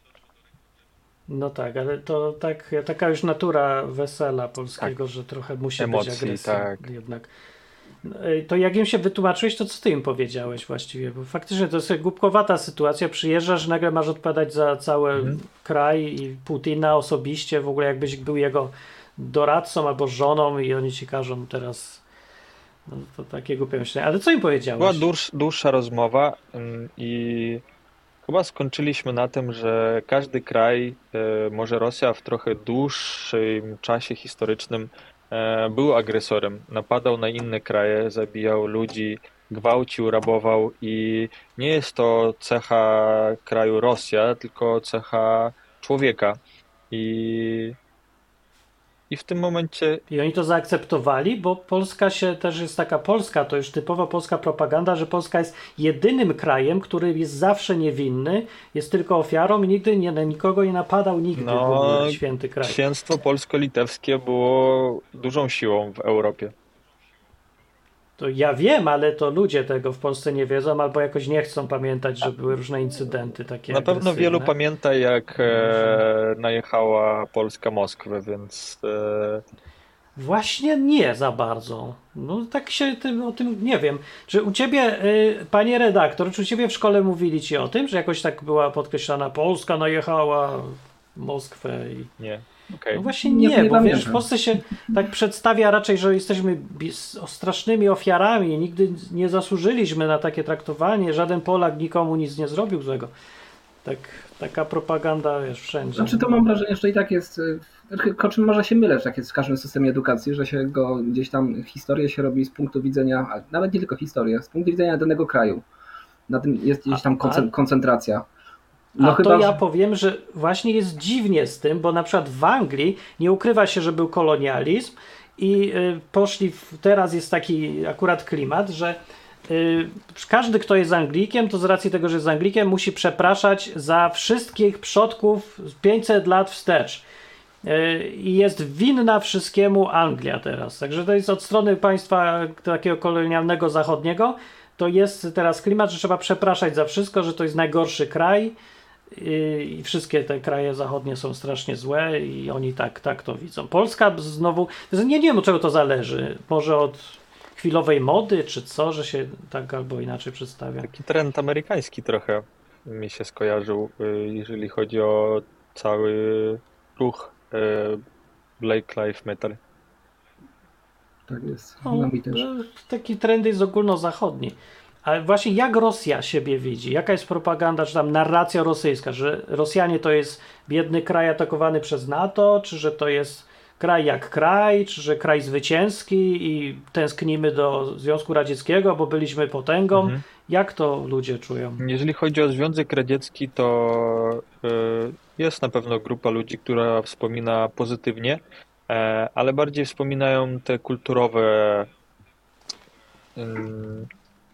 No tak, ale to taka już natura wesela polskiego, że trochę musi być Emocji, agresja tak. jednak. To jak im się wytłumaczyłeś, to co ty im powiedziałeś właściwie? Bo faktycznie to jest głupkowata sytuacja. Przyjeżdżasz, nagle masz odpowiadać za cały kraj i Putina osobiście, w ogóle jakbyś był jego doradcą albo żoną i oni ci każą teraz. No, to takie głupie myślenie. Ale co im Była powiedziałeś? dłuższa rozmowa i chyba skończyliśmy na tym, że każdy kraj, może Rosja w trochę dłuższym czasie historycznym, był agresorem. Napadał na inne kraje, zabijał ludzi, gwałcił, rabował i nie jest to cecha kraju Rosja, tylko cecha człowieka. I, i w tym momencie I oni to zaakceptowali, bo Polska się też jest taka polska, to już typowo polska propaganda, że Polska jest jedynym krajem, który jest zawsze niewinny, jest tylko ofiarą i nigdy na nikogo nie napadał, nigdy w no, ogóle, święty kraj. księstwo polsko-litewskie było dużą siłą w Europie. To ja wiem, ale to ludzie tego w Polsce nie wiedzą albo jakoś nie chcą pamiętać, że były różne incydenty takie Na pewno wielu agresywne. pamięta, jak najechała Polska Moskwę, więc Właśnie nie za bardzo. No tak się o tym nie wiem. Czy u ciebie, panie redaktor, czy u ciebie w szkole mówili ci o tym, że jakoś tak była podkreślana Polska najechała Moskwę i... nie. Okej. No właśnie Nie nie, bo wiesz, pamiętam. w Polsce się tak przedstawia raczej, że jesteśmy strasznymi ofiarami, nigdy nie zasłużyliśmy na takie traktowanie, żaden Polak nikomu nic nie zrobił złego. Taka propaganda, wiesz, wszędzie. Znaczy to mam wrażenie, że i tak jest, o czym może się mylę, że tak jest w każdym systemie edukacji, że się go gdzieś tam historię się robi z punktu widzenia, a nawet nie tylko historię, z punktu widzenia danego kraju. Na tym jest gdzieś tam koncentracja. No A chyba, to ja że- powiem, że właśnie jest dziwnie z tym, bo na przykład w Anglii nie ukrywa się, że był kolonializm i teraz jest taki akurat klimat, że każdy, kto jest Anglikiem, to z racji tego, że jest Anglikiem, musi przepraszać za wszystkich przodków 500 lat wstecz. I jest winna wszystkiemu Anglia teraz. Także to jest od strony państwa takiego kolonialnego zachodniego, to jest teraz klimat, że trzeba przepraszać za wszystko, że to jest najgorszy kraj i wszystkie te kraje zachodnie są strasznie złe i oni tak to widzą. Polska znowu, nie wiem od czego to zależy, może od chwilowej mody czy co, że się tak albo inaczej przedstawia. Taki trend amerykański trochę mi się skojarzył, jeżeli chodzi o cały ruch Black Lives Matter. tak jest. No, No mi też. taki trend jest ogólnozachodni. Ale właśnie jak Rosja siebie widzi? Jaka jest propaganda, czy tam narracja rosyjska? Że Rosjanie to jest biedny kraj atakowany przez NATO, czy że to jest kraj jak kraj, czy że kraj zwycięski i tęsknimy do Związku Radzieckiego, bo byliśmy potęgą? Jak to ludzie czują? Jeżeli chodzi o Związek Radziecki, to jest na pewno grupa ludzi, która wspomina pozytywnie, ale bardziej wspominają te kulturowe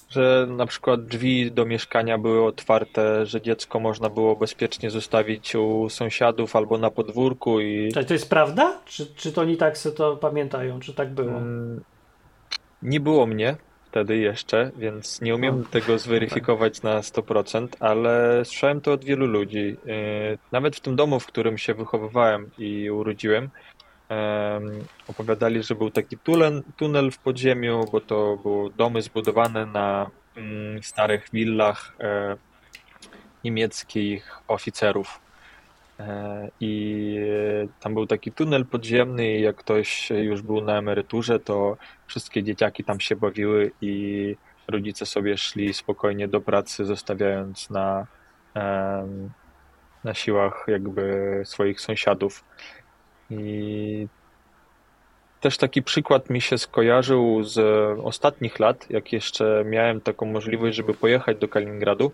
że na przykład drzwi do mieszkania były otwarte, że dziecko można było bezpiecznie zostawić u sąsiadów albo na podwórku i Czyli to jest prawda? Czy to oni tak sobie to pamiętają? Czy tak było? mm, nie było mnie wtedy jeszcze, więc nie O, umiem tego zweryfikować na 100%, ale słyszałem to od wielu ludzi. Nawet w tym domu, w którym się wychowywałem i urodziłem, opowiadali, że był taki tunel w podziemiu, bo to były domy zbudowane na starych willach niemieckich oficerów. I tam był taki tunel podziemny i jak ktoś już był na emeryturze, to wszystkie dzieciaki tam się bawiły i rodzice sobie szli spokojnie do pracy, zostawiając em, na siłach jakby swoich sąsiadów. I też taki przykład mi się skojarzył z ostatnich lat, jak jeszcze miałem taką możliwość, żeby pojechać do Kaliningradu.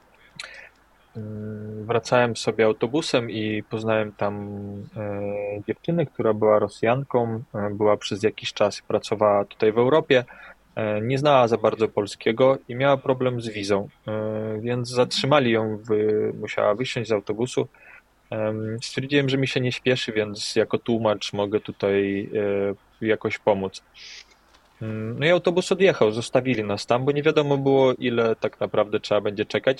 Wracałem sobie autobusem i poznałem tam dziewczynę, która była Rosjanką, była przez jakiś czas, pracowała tutaj w Europie, nie znała za bardzo polskiego i miała problem z wizą, więc zatrzymali ją, musiała wysiąść z autobusu. Stwierdziłem, że mi się nie śpieszy, więc jako tłumacz mogę tutaj jakoś pomóc. No i autobus odjechał, zostawili nas tam, bo nie wiadomo było, ile tak naprawdę trzeba będzie czekać.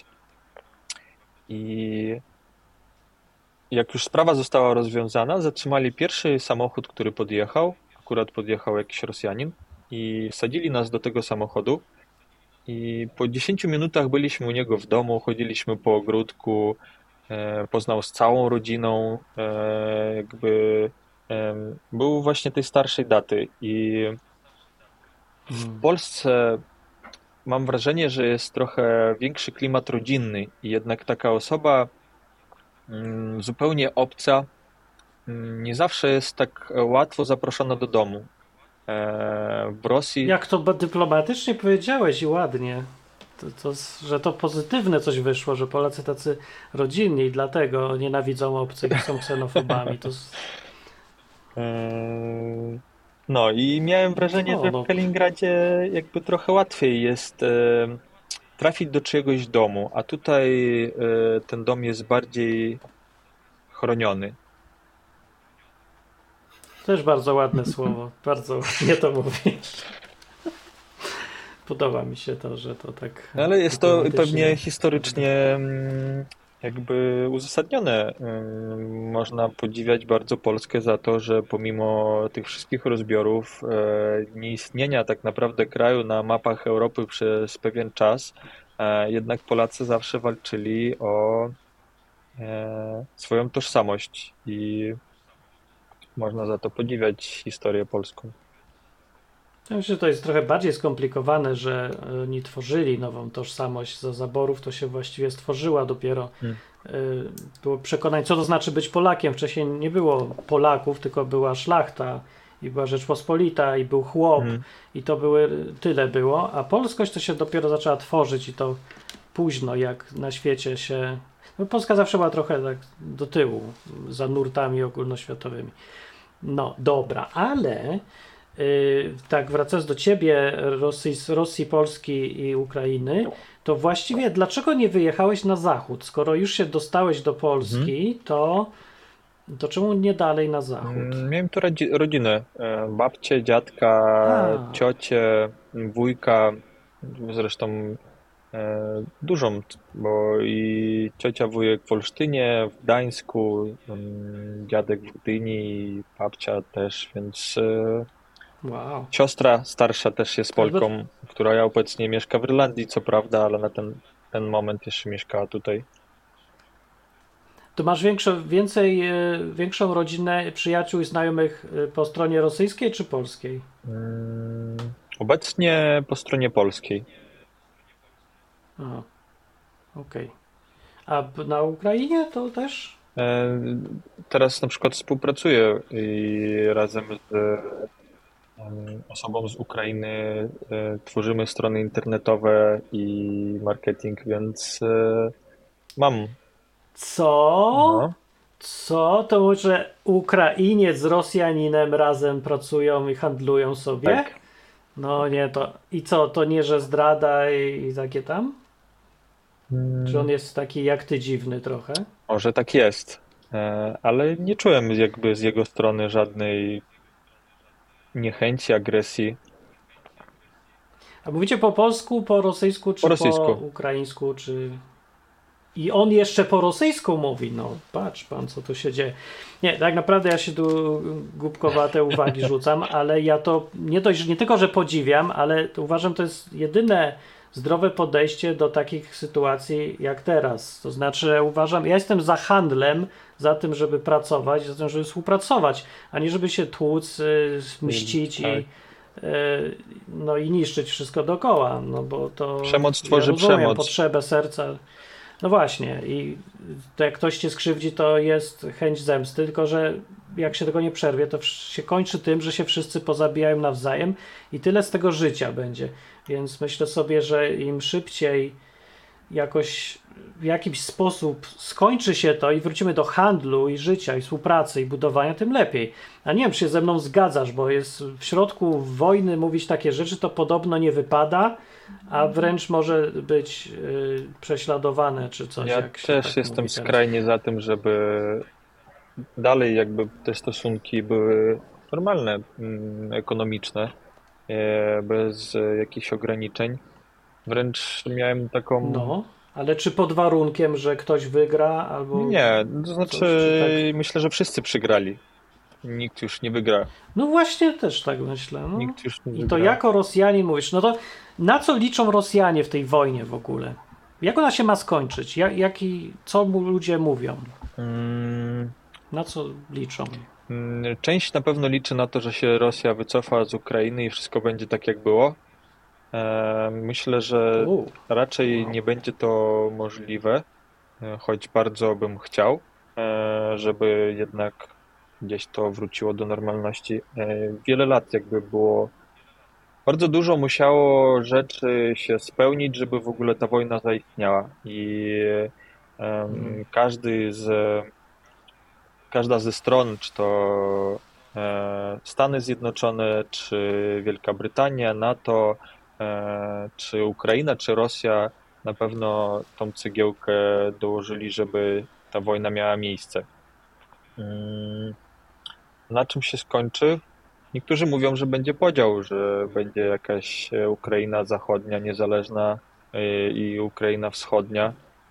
I jak już sprawa została rozwiązana, zatrzymali pierwszy samochód, który podjechał. Akurat podjechał jakiś Rosjanin i wsadzili nas do tego samochodu. I po 10 minutach byliśmy u niego w domu, chodziliśmy po ogródku, poznał z całą rodziną, jakby był właśnie tej starszej daty. I w Polsce mam wrażenie, że jest trochę większy klimat rodzinny i jednak taka osoba zupełnie obca nie zawsze jest tak łatwo zaproszona do domu. W Rosji Jak to dyplomatycznie powiedziałeś i ładnie. Że to pozytywne coś wyszło, że Polacy tacy rodzinni i dlatego nienawidzą obcych i są ksenofobami. no i miałem wrażenie, że w No, Kaliningradzie jakby trochę łatwiej jest trafić do czyjegoś domu, a tutaj ten dom jest bardziej chroniony. też bardzo ładne słowo. Bardzo ładnie to mówisz. Podoba mi się to, że to tak Ale jest to dyplomatycznie. pewnie historycznie jakby uzasadnione. Można podziwiać bardzo Polskę za to, że pomimo tych wszystkich rozbiorów, nieistnienia tak naprawdę kraju na mapach Europy przez pewien czas, jednak Polacy zawsze walczyli o swoją tożsamość i można za to podziwiać historię polską. Ja myślę, że to jest trochę bardziej skomplikowane, że oni tworzyli nową tożsamość za zaborów, to się właściwie stworzyła dopiero. Hmm. Było przekonań, co to znaczy być Polakiem. Wcześniej nie było Polaków, tylko była szlachta i była Rzeczpospolita i był chłop i to tyle było, a polskość to się dopiero zaczęła tworzyć i to późno, jak na świecie się... No, Polska zawsze była trochę tak do tyłu, za nurtami ogólnoświatowymi. No, dobra, ale tak wracając do ciebie, Rosji, Polski i Ukrainy, to właściwie dlaczego nie wyjechałeś na zachód? Skoro już się dostałeś do Polski, to czemu nie dalej na zachód? Miałem tu rodzinę, babcię, dziadka, A. ciocię, wujka, zresztą dużą, bo i ciocia, wujek w Olsztynie, w Gdańsku, dziadek w Gdyni, babcia też, więc Wow. siostra starsza też jest Polką, która obecnie mieszka w Irlandii, co prawda, ale na ten moment jeszcze mieszkała tutaj. To masz większą rodzinę przyjaciół i znajomych po stronie rosyjskiej czy polskiej? Obecnie po stronie polskiej. Aha, okej. A na Ukrainie to też? Teraz na przykład współpracuję i razem z osobą z Ukrainy tworzymy strony internetowe i marketing, więc mam. Co? No, Co? To może Ukrainiec z Rosjaninem razem pracują i handlują sobie? tak. No nie, to i co, to nie, że zdrada i takie tam? Czy on jest taki jak ty dziwny trochę? Może tak jest, ale nie czułem jakby z jego strony żadnej niechęci, agresji. A mówicie po polsku, po rosyjsku, Po czy po rosyjsku. ukraińsku, czy... I on jeszcze po rosyjsku mówi, no patrz pan, co tu się dzieje. Nie, tak naprawdę ja się tu głupkowate uwagi rzucam, ale ja to nie dość, nie tylko, że podziwiam, ale to uważam, to jest jedyne zdrowe podejście do takich sytuacji jak teraz. To znaczy uważam, ja jestem za handlem, za tym, żeby pracować, za tym, żeby współpracować, a nie żeby się tłuc, mścić Tak. no i niszczyć wszystko dookoła, no bo to Przemoc ja tworzy rozumiem przemoc. potrzebę serca. No właśnie, i to jak ktoś cię skrzywdzi, to jest chęć zemsty, tylko że jak się tego nie przerwie, to się kończy tym, że się wszyscy pozabijają nawzajem i tyle z tego życia będzie. Więc myślę sobie, że im szybciej jakoś w jakiś sposób skończy się to i wrócimy do handlu i życia i współpracy i budowania, tym lepiej. A nie wiem, czy się ze mną zgadzasz, bo jest w środku wojny mówić takie rzeczy, to podobno nie wypada, a wręcz może być prześladowane czy coś. Ja Jak się też tak jestem mówi teraz. skrajnie za tym, żeby dalej jakby te stosunki były normalne, ekonomiczne, bez jakichś ograniczeń. Wręcz miałem taką. No, ale czy pod warunkiem, że ktoś wygra albo Nie, to coś, znaczy czy tak? myślę, że wszyscy przegrali. Nikt już nie wygra. No właśnie też tak myślę. No. Nikt już nie I to wygra. jako Rosjanin mówisz, no to na co liczą Rosjanie w tej wojnie w ogóle? Jak ona się ma skończyć? Co mu ludzie mówią? Mm, Na co liczą? Część na pewno liczy na to, że się Rosja wycofa z Ukrainy i wszystko będzie tak, jak było. Myślę, że U, raczej nie będzie to możliwe, choć bardzo bym chciał, żeby jednak gdzieś to wróciło do normalności. Wiele lat jakby było, bardzo dużo musiało rzeczy się spełnić, żeby w ogóle ta wojna zaistniała. I każdy z każda ze stron, czy to Stany Zjednoczone, czy Wielka Brytania, NATO, czy Ukraina, czy Rosja, na pewno tą cegiełkę dołożyli, żeby ta wojna miała miejsce. Mm, Na czym się skończy? Niektórzy mówią, że będzie podział, że będzie jakaś Ukraina zachodnia, niezależna i Ukraina wschodnia.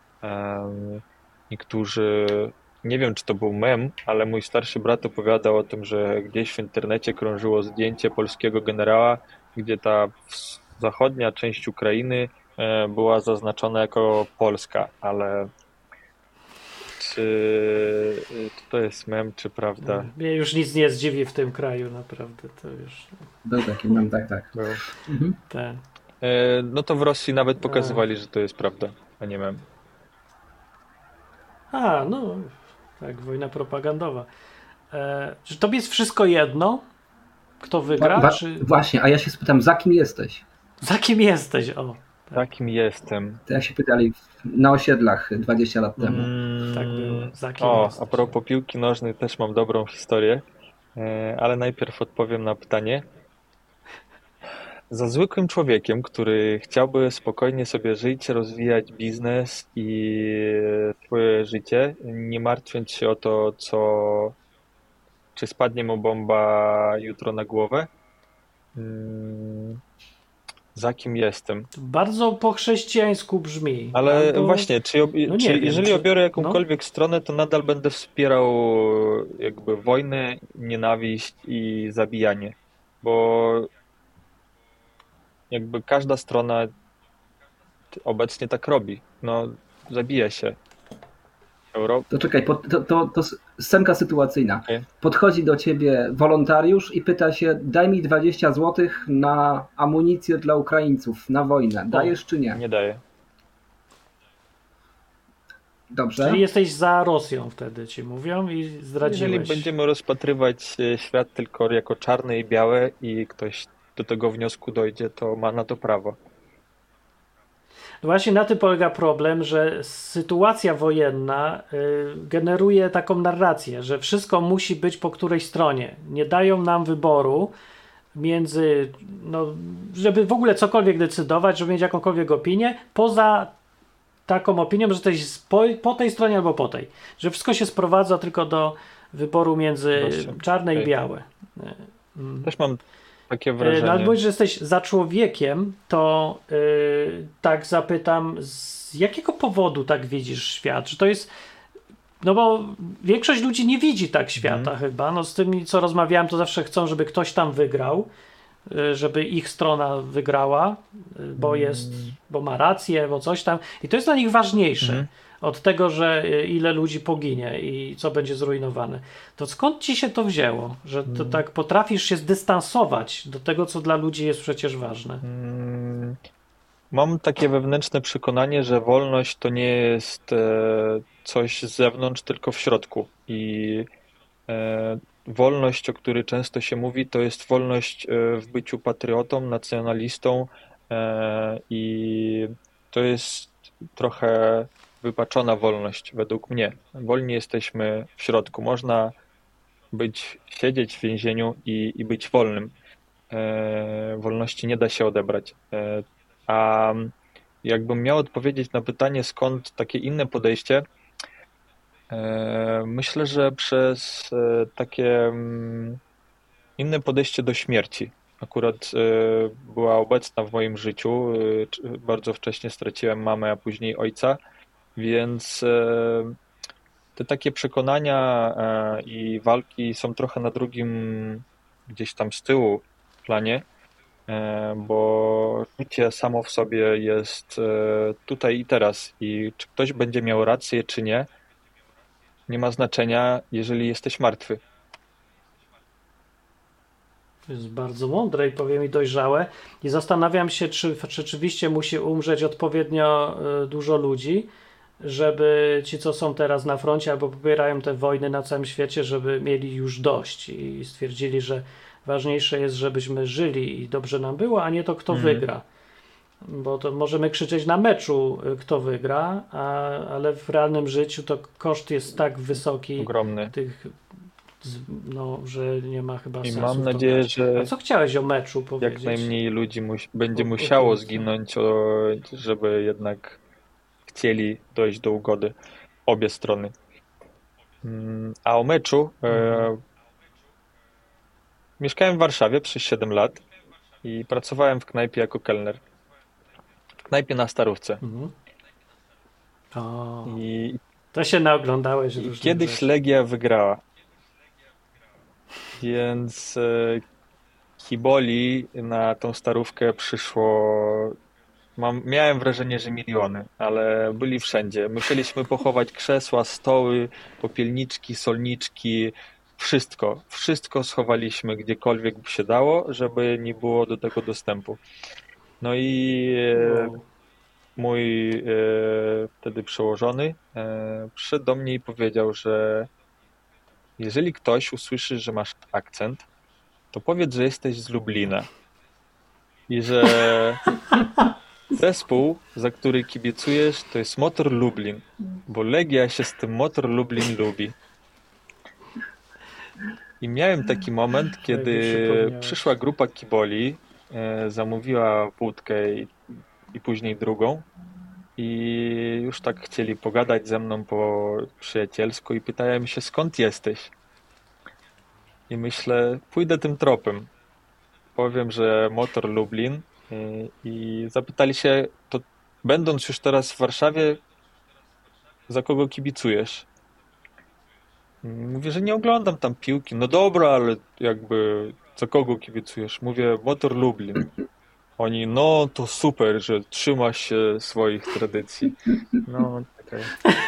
Niektórzy, nie wiem czy to był mem, ale mój starszy brat opowiadał o tym, że gdzieś w internecie krążyło zdjęcie polskiego generała, gdzie ta zachodnia część Ukrainy była zaznaczona jako Polska, ale czy to jest mem, czy prawda? mnie już nic nie zdziwi w tym kraju, naprawdę. To już Był taki mem, tak, tak. Był. ten. No to w Rosji nawet pokazywali, że to jest prawda, a nie mem. A, no, tak, wojna propagandowa. Czy tobie jest wszystko jedno? Kto wygra? Czy Właśnie, a ja się spytam, za kim jesteś? za kim jesteś? O, Takim jestem. To jak się pytali na osiedlach 20 lat temu. tak było. Za kim O, jesteś? a propos piłki nożnej też mam dobrą historię, ale najpierw odpowiem na pytanie. Za zwykłym człowiekiem, który chciałby spokojnie sobie żyć, rozwijać biznes i swoje życie, nie martwiąc się o to, czy spadnie mu bomba jutro na głowę, za kim jestem. To bardzo po chrześcijańsku brzmi. Ale Albo- właśnie, no nie czy wiem, jeżeli czy- obiorę jakąkolwiek stronę, to nadal będę wspierał jakby wojnę, nienawiść i zabijanie, bo jakby każda strona obecnie tak robi. No, zabija się. To czekaj, to scenka sytuacyjna. Okej. Podchodzi do ciebie wolontariusz i pyta się, daj mi 20 zł na amunicję dla Ukraińców, na wojnę. Dajesz czy nie? Nie daje. Dobrze. Czyli jesteś za Rosją wtedy, ci mówią i zdradziłeś. Jeżeli będziemy rozpatrywać świat tylko jako czarne i białe i ktoś do tego wniosku dojdzie, to ma na to prawo. No właśnie na tym polega problem, że sytuacja wojenna generuje taką narrację, że wszystko musi być po którejś stronie. Nie dają nam wyboru, między, no, żeby w ogóle cokolwiek decydować, żeby mieć jakąkolwiek opinię, poza taką opinią, że jesteś po tej stronie albo po tej. Że wszystko się sprowadza tylko do wyboru między Właśnie. czarne i Okej. białe. Też mam takie No, ale wrażenie. mówisz, że jesteś za człowiekiem, to tak zapytam, z jakiego powodu tak widzisz świat? Czy to jest. No bo większość ludzi nie widzi tak świata chyba. No z tymi, co rozmawiałem, to zawsze chcą, żeby ktoś tam wygrał, żeby ich strona wygrała, bo ma rację, bo coś tam. I to jest dla nich ważniejsze od tego, że ile ludzi poginie i co będzie zrujnowane. To skąd ci się to wzięło, że to tak potrafisz się zdystansować do tego, co dla ludzi jest przecież ważne? Mam takie wewnętrzne przekonanie, że wolność to nie jest coś z zewnątrz, tylko w środku. I wolność, o której często się mówi, to jest wolność w byciu patriotą, nacjonalistą i to jest trochę wypaczona wolność według mnie. Wolni jesteśmy w środku. Można siedzieć w więzieniu i być wolnym. Wolności nie da się odebrać. A jakbym miał odpowiedzieć na pytanie, skąd takie inne podejście, myślę, że przez takie inne podejście do śmierci. Akurat była obecna w moim życiu. Bardzo wcześnie straciłem mamę, a później ojca, więc te takie przekonania i walki są trochę na drugim, gdzieś tam z tyłu planie, bo życie samo w sobie jest tutaj i teraz i czy ktoś będzie miał rację, czy nie, nie ma znaczenia, jeżeli jesteś martwy. To jest bardzo mądre i powiem mi dojrzałe. I zastanawiam się, czy rzeczywiście musi umrzeć odpowiednio dużo ludzi, żeby ci, co są teraz na froncie albo popierają te wojny na całym świecie, żeby mieli już dość i stwierdzili, że ważniejsze jest, żebyśmy żyli i dobrze nam było, a nie to, kto wygra. Bo to możemy krzyczeć na meczu, kto wygra, ale w realnym życiu to koszt jest tak wysoki Ogromny. tych, no, że nie ma chyba I sensu mam w to nadzieję, grać. że A co chciałeś o meczu powiedzieć? jak najmniej ludzi będzie O musiało piłce. zginąć, żeby jednak chcieli dojść do ugody obie strony. A o meczu mieszkałem w Warszawie przez 7 lat i pracowałem w knajpie jako kelner. W knajpie na Starówce. O, I to się naoglądałeś różnych kiedyś rzeczy. Legia wygrała. Więc kiboli na tą Starówkę przyszło. Miałem wrażenie, że miliony, ale byli wszędzie. Musieliśmy pochować krzesła, stoły, popielniczki, solniczki, wszystko. Wszystko schowaliśmy gdziekolwiek by się dało, żeby nie było do tego dostępu. No i Wow. mój wtedy przełożony przyszedł do mnie i powiedział, że jeżeli ktoś usłyszy, że masz akcent, to powiedz, że jesteś z Lublina i że zespół, za który kibicujesz, to jest Motor Lublin, bo Legia się z tym Motor Lublin lubi. I miałem taki moment, kiedy przypomniałeś. przyszła grupa kiboli, zamówiła wódkę i później drugą i już tak chcieli pogadać ze mną po przyjacielsku i pytają się, skąd jesteś? I myślę, pójdę tym tropem. Powiem, że Motor Lublin i zapytali się, to będąc już teraz w Warszawie, za kogo kibicujesz? Mówię, że nie oglądam tam piłki. No dobra, ale jakby za kogo kibicujesz? Mówię, Motor Lublin. Oni, no to super, że trzymasz się swoich tradycji. No, taka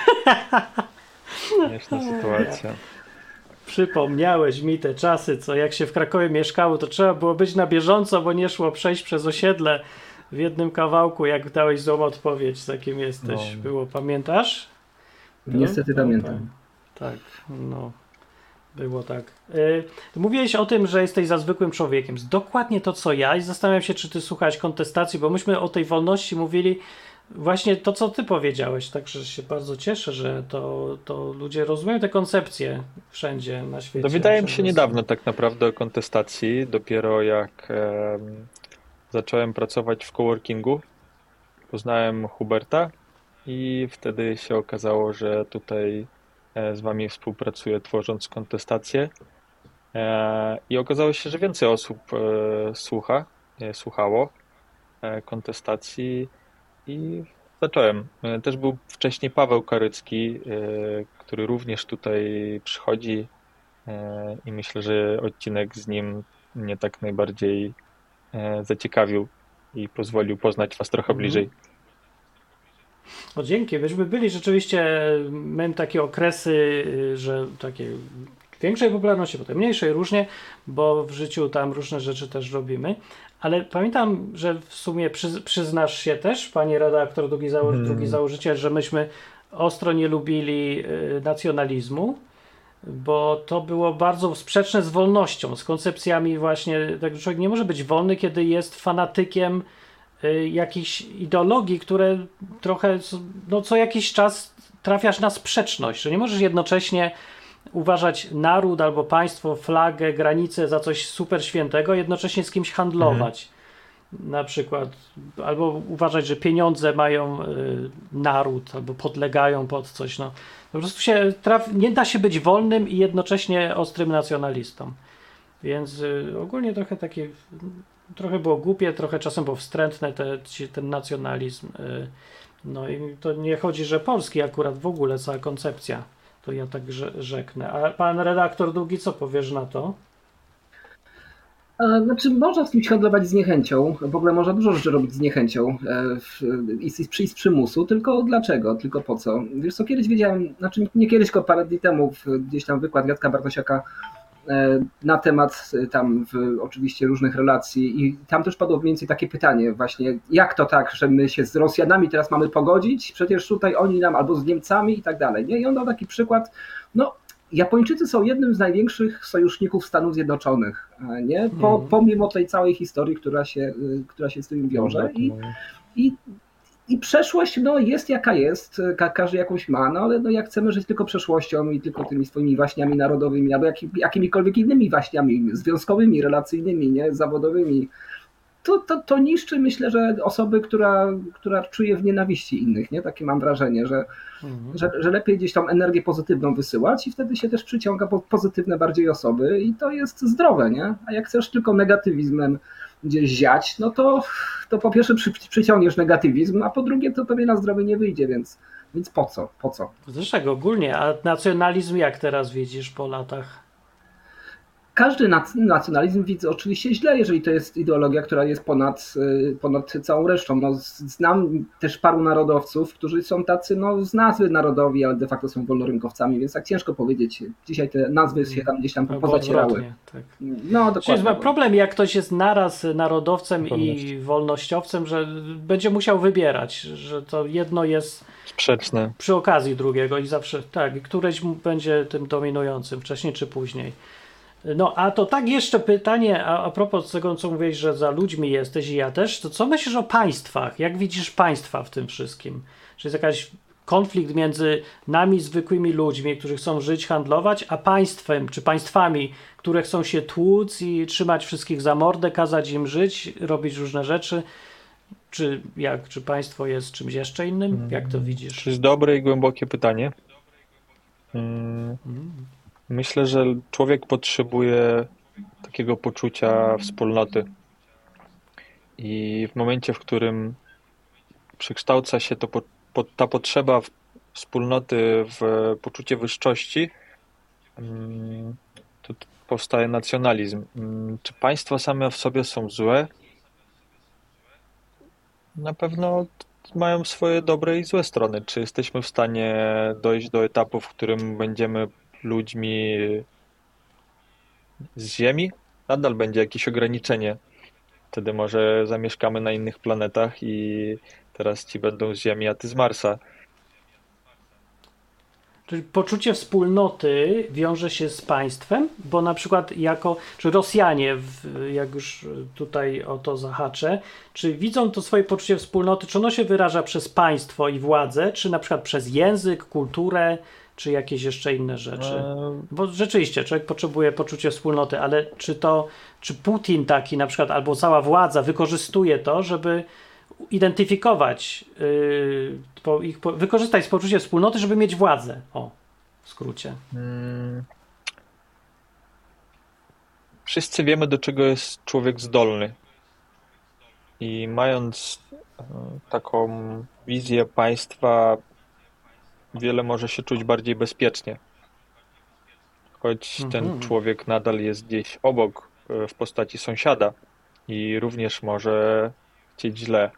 śmieszna sytuacja. Przypomniałeś mi te czasy, co jak się w Krakowie mieszkało, to trzeba było być na bieżąco, bo nie szło przejść przez osiedle w jednym kawałku, jak dałeś złą odpowiedź, za kim jesteś. No. Było, pamiętasz? Niestety pamiętam. Tak, no. Było tak. Mówiłeś o tym, że jesteś za zwykłym człowiekiem. Dokładnie to, co ja i zastanawiam się, czy ty słuchałeś kontestacji, bo myśmy o tej wolności mówili właśnie to, co ty powiedziałeś, także się bardzo cieszę, że to ludzie rozumieją te koncepcje wszędzie na świecie. Dowiedziałem że się jest- niedawno tak naprawdę o kontestacji, dopiero jak zacząłem pracować w coworkingu, poznałem Huberta i wtedy się okazało, że tutaj z wami współpracuję, tworząc kontestację. I okazało się, że więcej osób słuchało kontestacji i zacząłem. Też był wcześniej Paweł Karycki, który również tutaj przychodzi i myślę, że odcinek z nim mnie tak najbardziej zaciekawił i pozwolił poznać was trochę bliżej. O, dzięki. Myśmy byli rzeczywiście, miałem takie okresy, że takie większej popularności, potem mniejszej, różnie, bo w życiu tam różne rzeczy też robimy. Ale pamiętam, że w sumie przyznasz się też, panie redaktor, drugi założyciel, że myśmy ostro nie lubili nacjonalizmu, bo to było bardzo sprzeczne z wolnością, z koncepcjami właśnie, tak, człowiek nie może być wolny, kiedy jest fanatykiem jakichś ideologii, które trochę, no co jakiś czas trafiasz na sprzeczność, że nie możesz jednocześnie uważać naród albo państwo, flagę, granicę za coś super świętego, jednocześnie z kimś handlować. Na przykład, albo uważać, że pieniądze mają naród, albo podlegają pod coś. No. Po prostu nie da się być wolnym i jednocześnie ostrym nacjonalistą. Więc ogólnie trochę było głupie, trochę czasem było wstrętne ten nacjonalizm. No i to nie chodzi, że polski akurat w ogóle, cała koncepcja. To ja tak rzeknę. A pan redaktor Długi, co powiesz na to? Znaczy, można z kimś handlować z niechęcią. W ogóle można dużo rzeczy robić z niechęcią i z przymusu. Tylko dlaczego? Tylko po co? Wiesz co, kiedyś wiedziałem, znaczy nie kiedyś, tylko parę dni temu, gdzieś tam wykład Jacka Bartosiaka na temat tam oczywiście różnych relacji i tam też padło mniej więcej takie pytanie właśnie, jak to tak, że my się z Rosjanami teraz mamy pogodzić? Przecież tutaj oni nam, albo z Niemcami i tak dalej. Nie? I on dał taki przykład, no Japończycy są jednym z największych sojuszników Stanów Zjednoczonych, nie? Pomimo tej całej historii, która się z tym wiąże. I przeszłość jest jaka jest, każdy jakąś ma, no ale jak chcemy żyć tylko przeszłością i tylko tymi swoimi waśniami narodowymi, albo jakimikolwiek innymi waśniami związkowymi, relacyjnymi, nie, zawodowymi, to niszczy, myślę, że osoby, która czuje w nienawiści innych, nie? Takie mam wrażenie, że lepiej gdzieś tą energię pozytywną wysyłać i wtedy się też przyciąga pozytywne bardziej osoby i to jest zdrowe, nie? A jak chcesz tylko negatywizmem gdzieś ziać, no to po pierwsze przyciągniesz negatywizm, a po drugie to tobie na zdrowie nie wyjdzie, więc po co? Po co? Zresztą ogólnie, a nacjonalizm jak teraz widzisz po latach? Każdy nacjonalizm widzę oczywiście źle, jeżeli to jest ideologia, która jest ponad całą resztą. No, znam też paru narodowców, którzy są tacy z nazwy narodowi, ale de facto są wolnorynkowcami, więc tak ciężko powiedzieć. Dzisiaj te nazwy się tam gdzieś tam pozacierały. Tak. No, dokładnie. Czyli problem, jak ktoś jest naraz narodowcem i wolnościowcem, że będzie musiał wybierać, że to jedno jest sprzeczne przy okazji drugiego i zawsze tak, któreś będzie tym dominującym, wcześniej czy później. No, a to tak jeszcze pytanie, a propos tego, co mówiłeś, że za ludźmi jesteś i ja też, to co myślisz o państwach? Jak widzisz państwa w tym wszystkim? Czy jest jakaś konflikt między nami, zwykłymi ludźmi, którzy chcą żyć, handlować, a państwem, czy państwami, które chcą się tłuc i trzymać wszystkich za mordę, kazać im żyć, robić różne rzeczy? Czy państwo jest czymś jeszcze innym? Jak to widzisz? To jest dobre i głębokie pytanie. Myślę, że człowiek potrzebuje takiego poczucia wspólnoty. I w momencie, w którym przekształca się ta potrzeba wspólnoty w poczucie wyższości, to powstaje nacjonalizm. Czy państwa same w sobie są złe? Na pewno mają swoje dobre i złe strony. Czy jesteśmy w stanie dojść do etapu, w którym będziemy ludźmi z Ziemi? Nadal będzie jakieś ograniczenie. Wtedy może zamieszkamy na innych planetach i teraz ci będą z Ziemi, a ty z Marsa. Czyli poczucie wspólnoty wiąże się z państwem, bo na przykład czy Rosjanie, jak już tutaj o to zahaczę, czy widzą to swoje poczucie wspólnoty, czy ono się wyraża przez państwo i władzę, czy na przykład przez język, kulturę, czy jakieś jeszcze inne rzeczy? Bo rzeczywiście człowiek potrzebuje poczucia wspólnoty, ale czy Putin taki na przykład, albo cała władza wykorzystuje to, żeby identyfikować, wykorzystać z poczucia wspólnoty, żeby mieć władzę. O, w skrócie. Wszyscy wiemy, do czego jest człowiek zdolny. I mając taką wizję państwa, wiele może się czuć bardziej bezpiecznie. Choć ten człowiek nadal jest gdzieś obok, w postaci sąsiada i również może chcieć źle.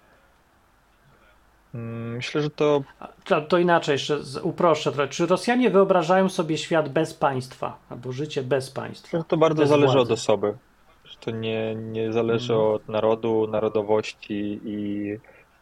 Myślę, że To inaczej jeszcze uproszczę trochę. Czy Rosjanie wyobrażają sobie świat bez państwa, albo życie bez państwa? to bardzo bez zależy władzy? od osoby. Że to nie zależy od narodu, narodowości i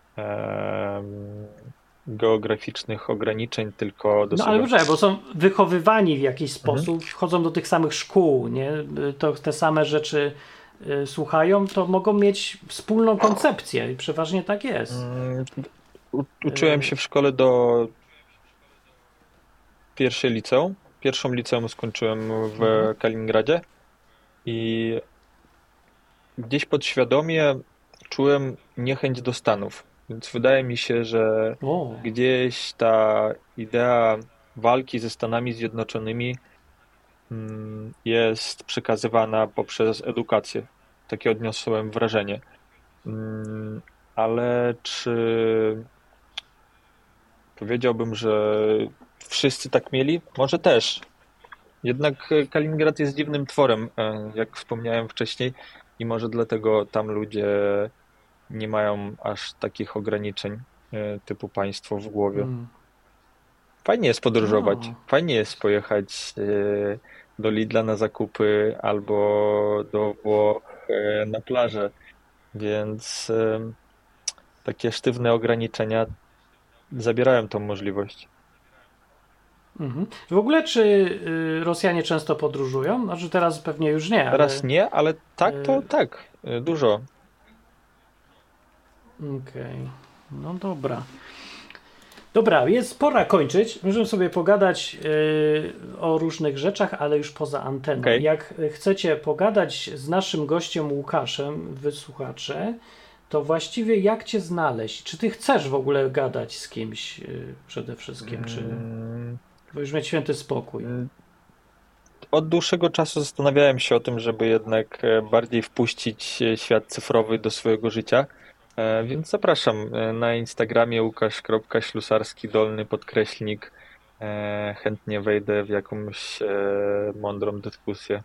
geograficznych ograniczeń, tylko od No osoby. ale poczekaj, bo są wychowywani w jakiś sposób, chodzą do tych samych szkół, nie? To te same rzeczy słuchają, to mogą mieć wspólną koncepcję i przeważnie tak jest. Uczyłem się w szkole do pierwszej liceum. Pierwszą liceum skończyłem w Kaliningradzie i gdzieś podświadomie czułem niechęć do Stanów. Więc wydaje mi się, że gdzieś ta idea walki ze Stanami Zjednoczonymi jest przekazywana poprzez edukację. Takie odniosłem wrażenie. Ale czy powiedziałbym, że wszyscy tak mieli? Może też. Jednak Kaliningrad jest dziwnym tworem, jak wspomniałem wcześniej, i może dlatego tam ludzie nie mają aż takich ograniczeń typu państwo w głowie. Fajnie jest podróżować, fajnie jest pojechać do Lidla na zakupy albo do Włoch na plażę, więc takie sztywne ograniczenia zabierają tą możliwość. W ogóle czy Rosjanie często podróżują? Znaczy teraz pewnie już nie. Teraz nie, ale tak, to tak, dużo. Okej, no dobra. Dobra, jest pora kończyć. Możemy sobie pogadać o różnych rzeczach, ale już poza anteną. Okay. Jak chcecie pogadać z naszym gościem Łukaszem, wysłuchacze, to właściwie jak cię znaleźć? Czy ty chcesz w ogóle gadać z kimś przede wszystkim? Czy już mieć święty spokój? Od dłuższego czasu zastanawiałem się o tym, żeby jednak bardziej wpuścić świat cyfrowy do swojego życia. Więc zapraszam na Instagramie łukasz.ślusarski__. Chętnie wejdę w jakąś mądrą dyskusję.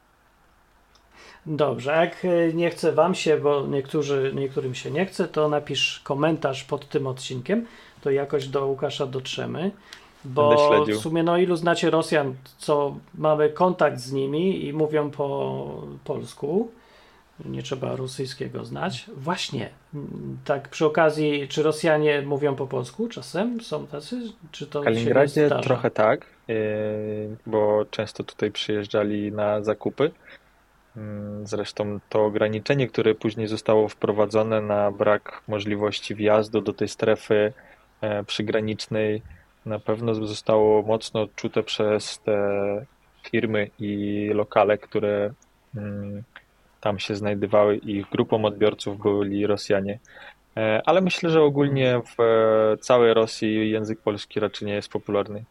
Dobrze, a jak nie chce wam się, bo niektórym się nie chce, to napisz komentarz pod tym odcinkiem, to jakoś do Łukasza dotrzemy. Bo w sumie, ilu znacie Rosjan, co mamy kontakt z nimi i mówią po polsku, nie trzeba rosyjskiego znać. Właśnie, tak przy okazji, czy Rosjanie mówią po polsku czasem? Są tacy? Czy to w Kaliningradzie się nie zdarza? trochę tak, bo często tutaj przyjeżdżali na zakupy. Zresztą to ograniczenie, które później zostało wprowadzone na brak możliwości wjazdu do tej strefy przygranicznej, na pewno zostało mocno odczute przez te firmy i lokale, które tam się znajdowały i ich grupą odbiorców byli Rosjanie. Ale myślę, że ogólnie w całej Rosji język polski raczej nie jest popularny.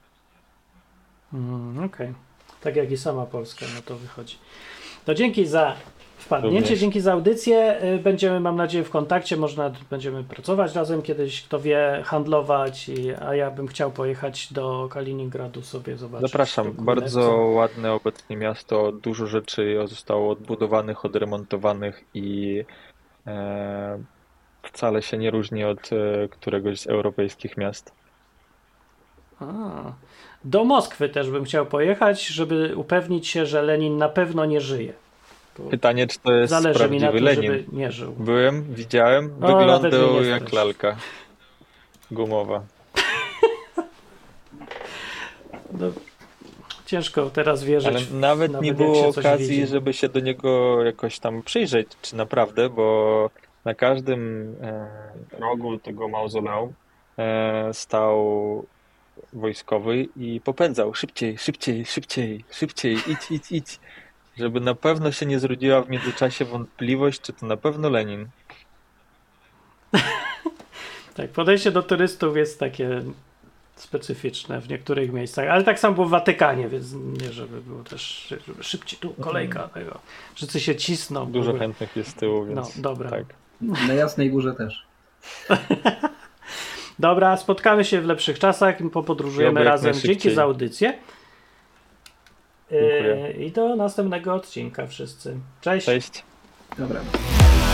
Okej. Tak jak i sama Polska, to wychodzi. To dzięki za wpadnięcie, Również. dzięki za audycję. Będziemy, mam nadzieję, w kontakcie. Będziemy pracować razem kiedyś, kto wie, handlować, a ja bym chciał pojechać do Kaliningradu sobie zobaczyć. Zapraszam. Bardzo ładne obecnie miasto. Dużo rzeczy zostało odbudowanych, odremontowanych i wcale się nie różni od któregoś z europejskich miast. Do Moskwy też bym chciał pojechać, żeby upewnić się, że Lenin na pewno nie żyje. Pytanie, czy to jest Zależy mi na prawdziwy tym, Lenin? żeby nie żył. Byłem, widziałem, nawet wyglądał mnie nie jak strasz. lalka gumowa. No, ciężko teraz wierzyć. Ale nawet nie jak było się coś okazji, widzi. żeby się do niego jakoś tam przyjrzeć, czy naprawdę, bo na każdym rogu tego mauzoleum stał wojskowy i popędzał szybciej, szybciej, szybciej, szybciej, idź, idź, idź, żeby na pewno się nie zrodziła w międzyczasie wątpliwość, czy to na pewno Lenin. Tak, podejście do turystów jest takie specyficzne w niektórych miejscach, ale tak samo było w Watykanie, więc nie, żeby było też żeby szybciej tu kolejka tego. Wszyscy się cisną. Dużo Bo- chętnych jest z tyłu, więc No, dobra. tak. Na Jasnej Górze też. Dobra, spotkamy się w lepszych czasach, popodróżujemy Jak razem. najszybciej. Dzięki za audycję. Dziękuję. I do następnego odcinka wszyscy. Cześć. Cześć. Dobra.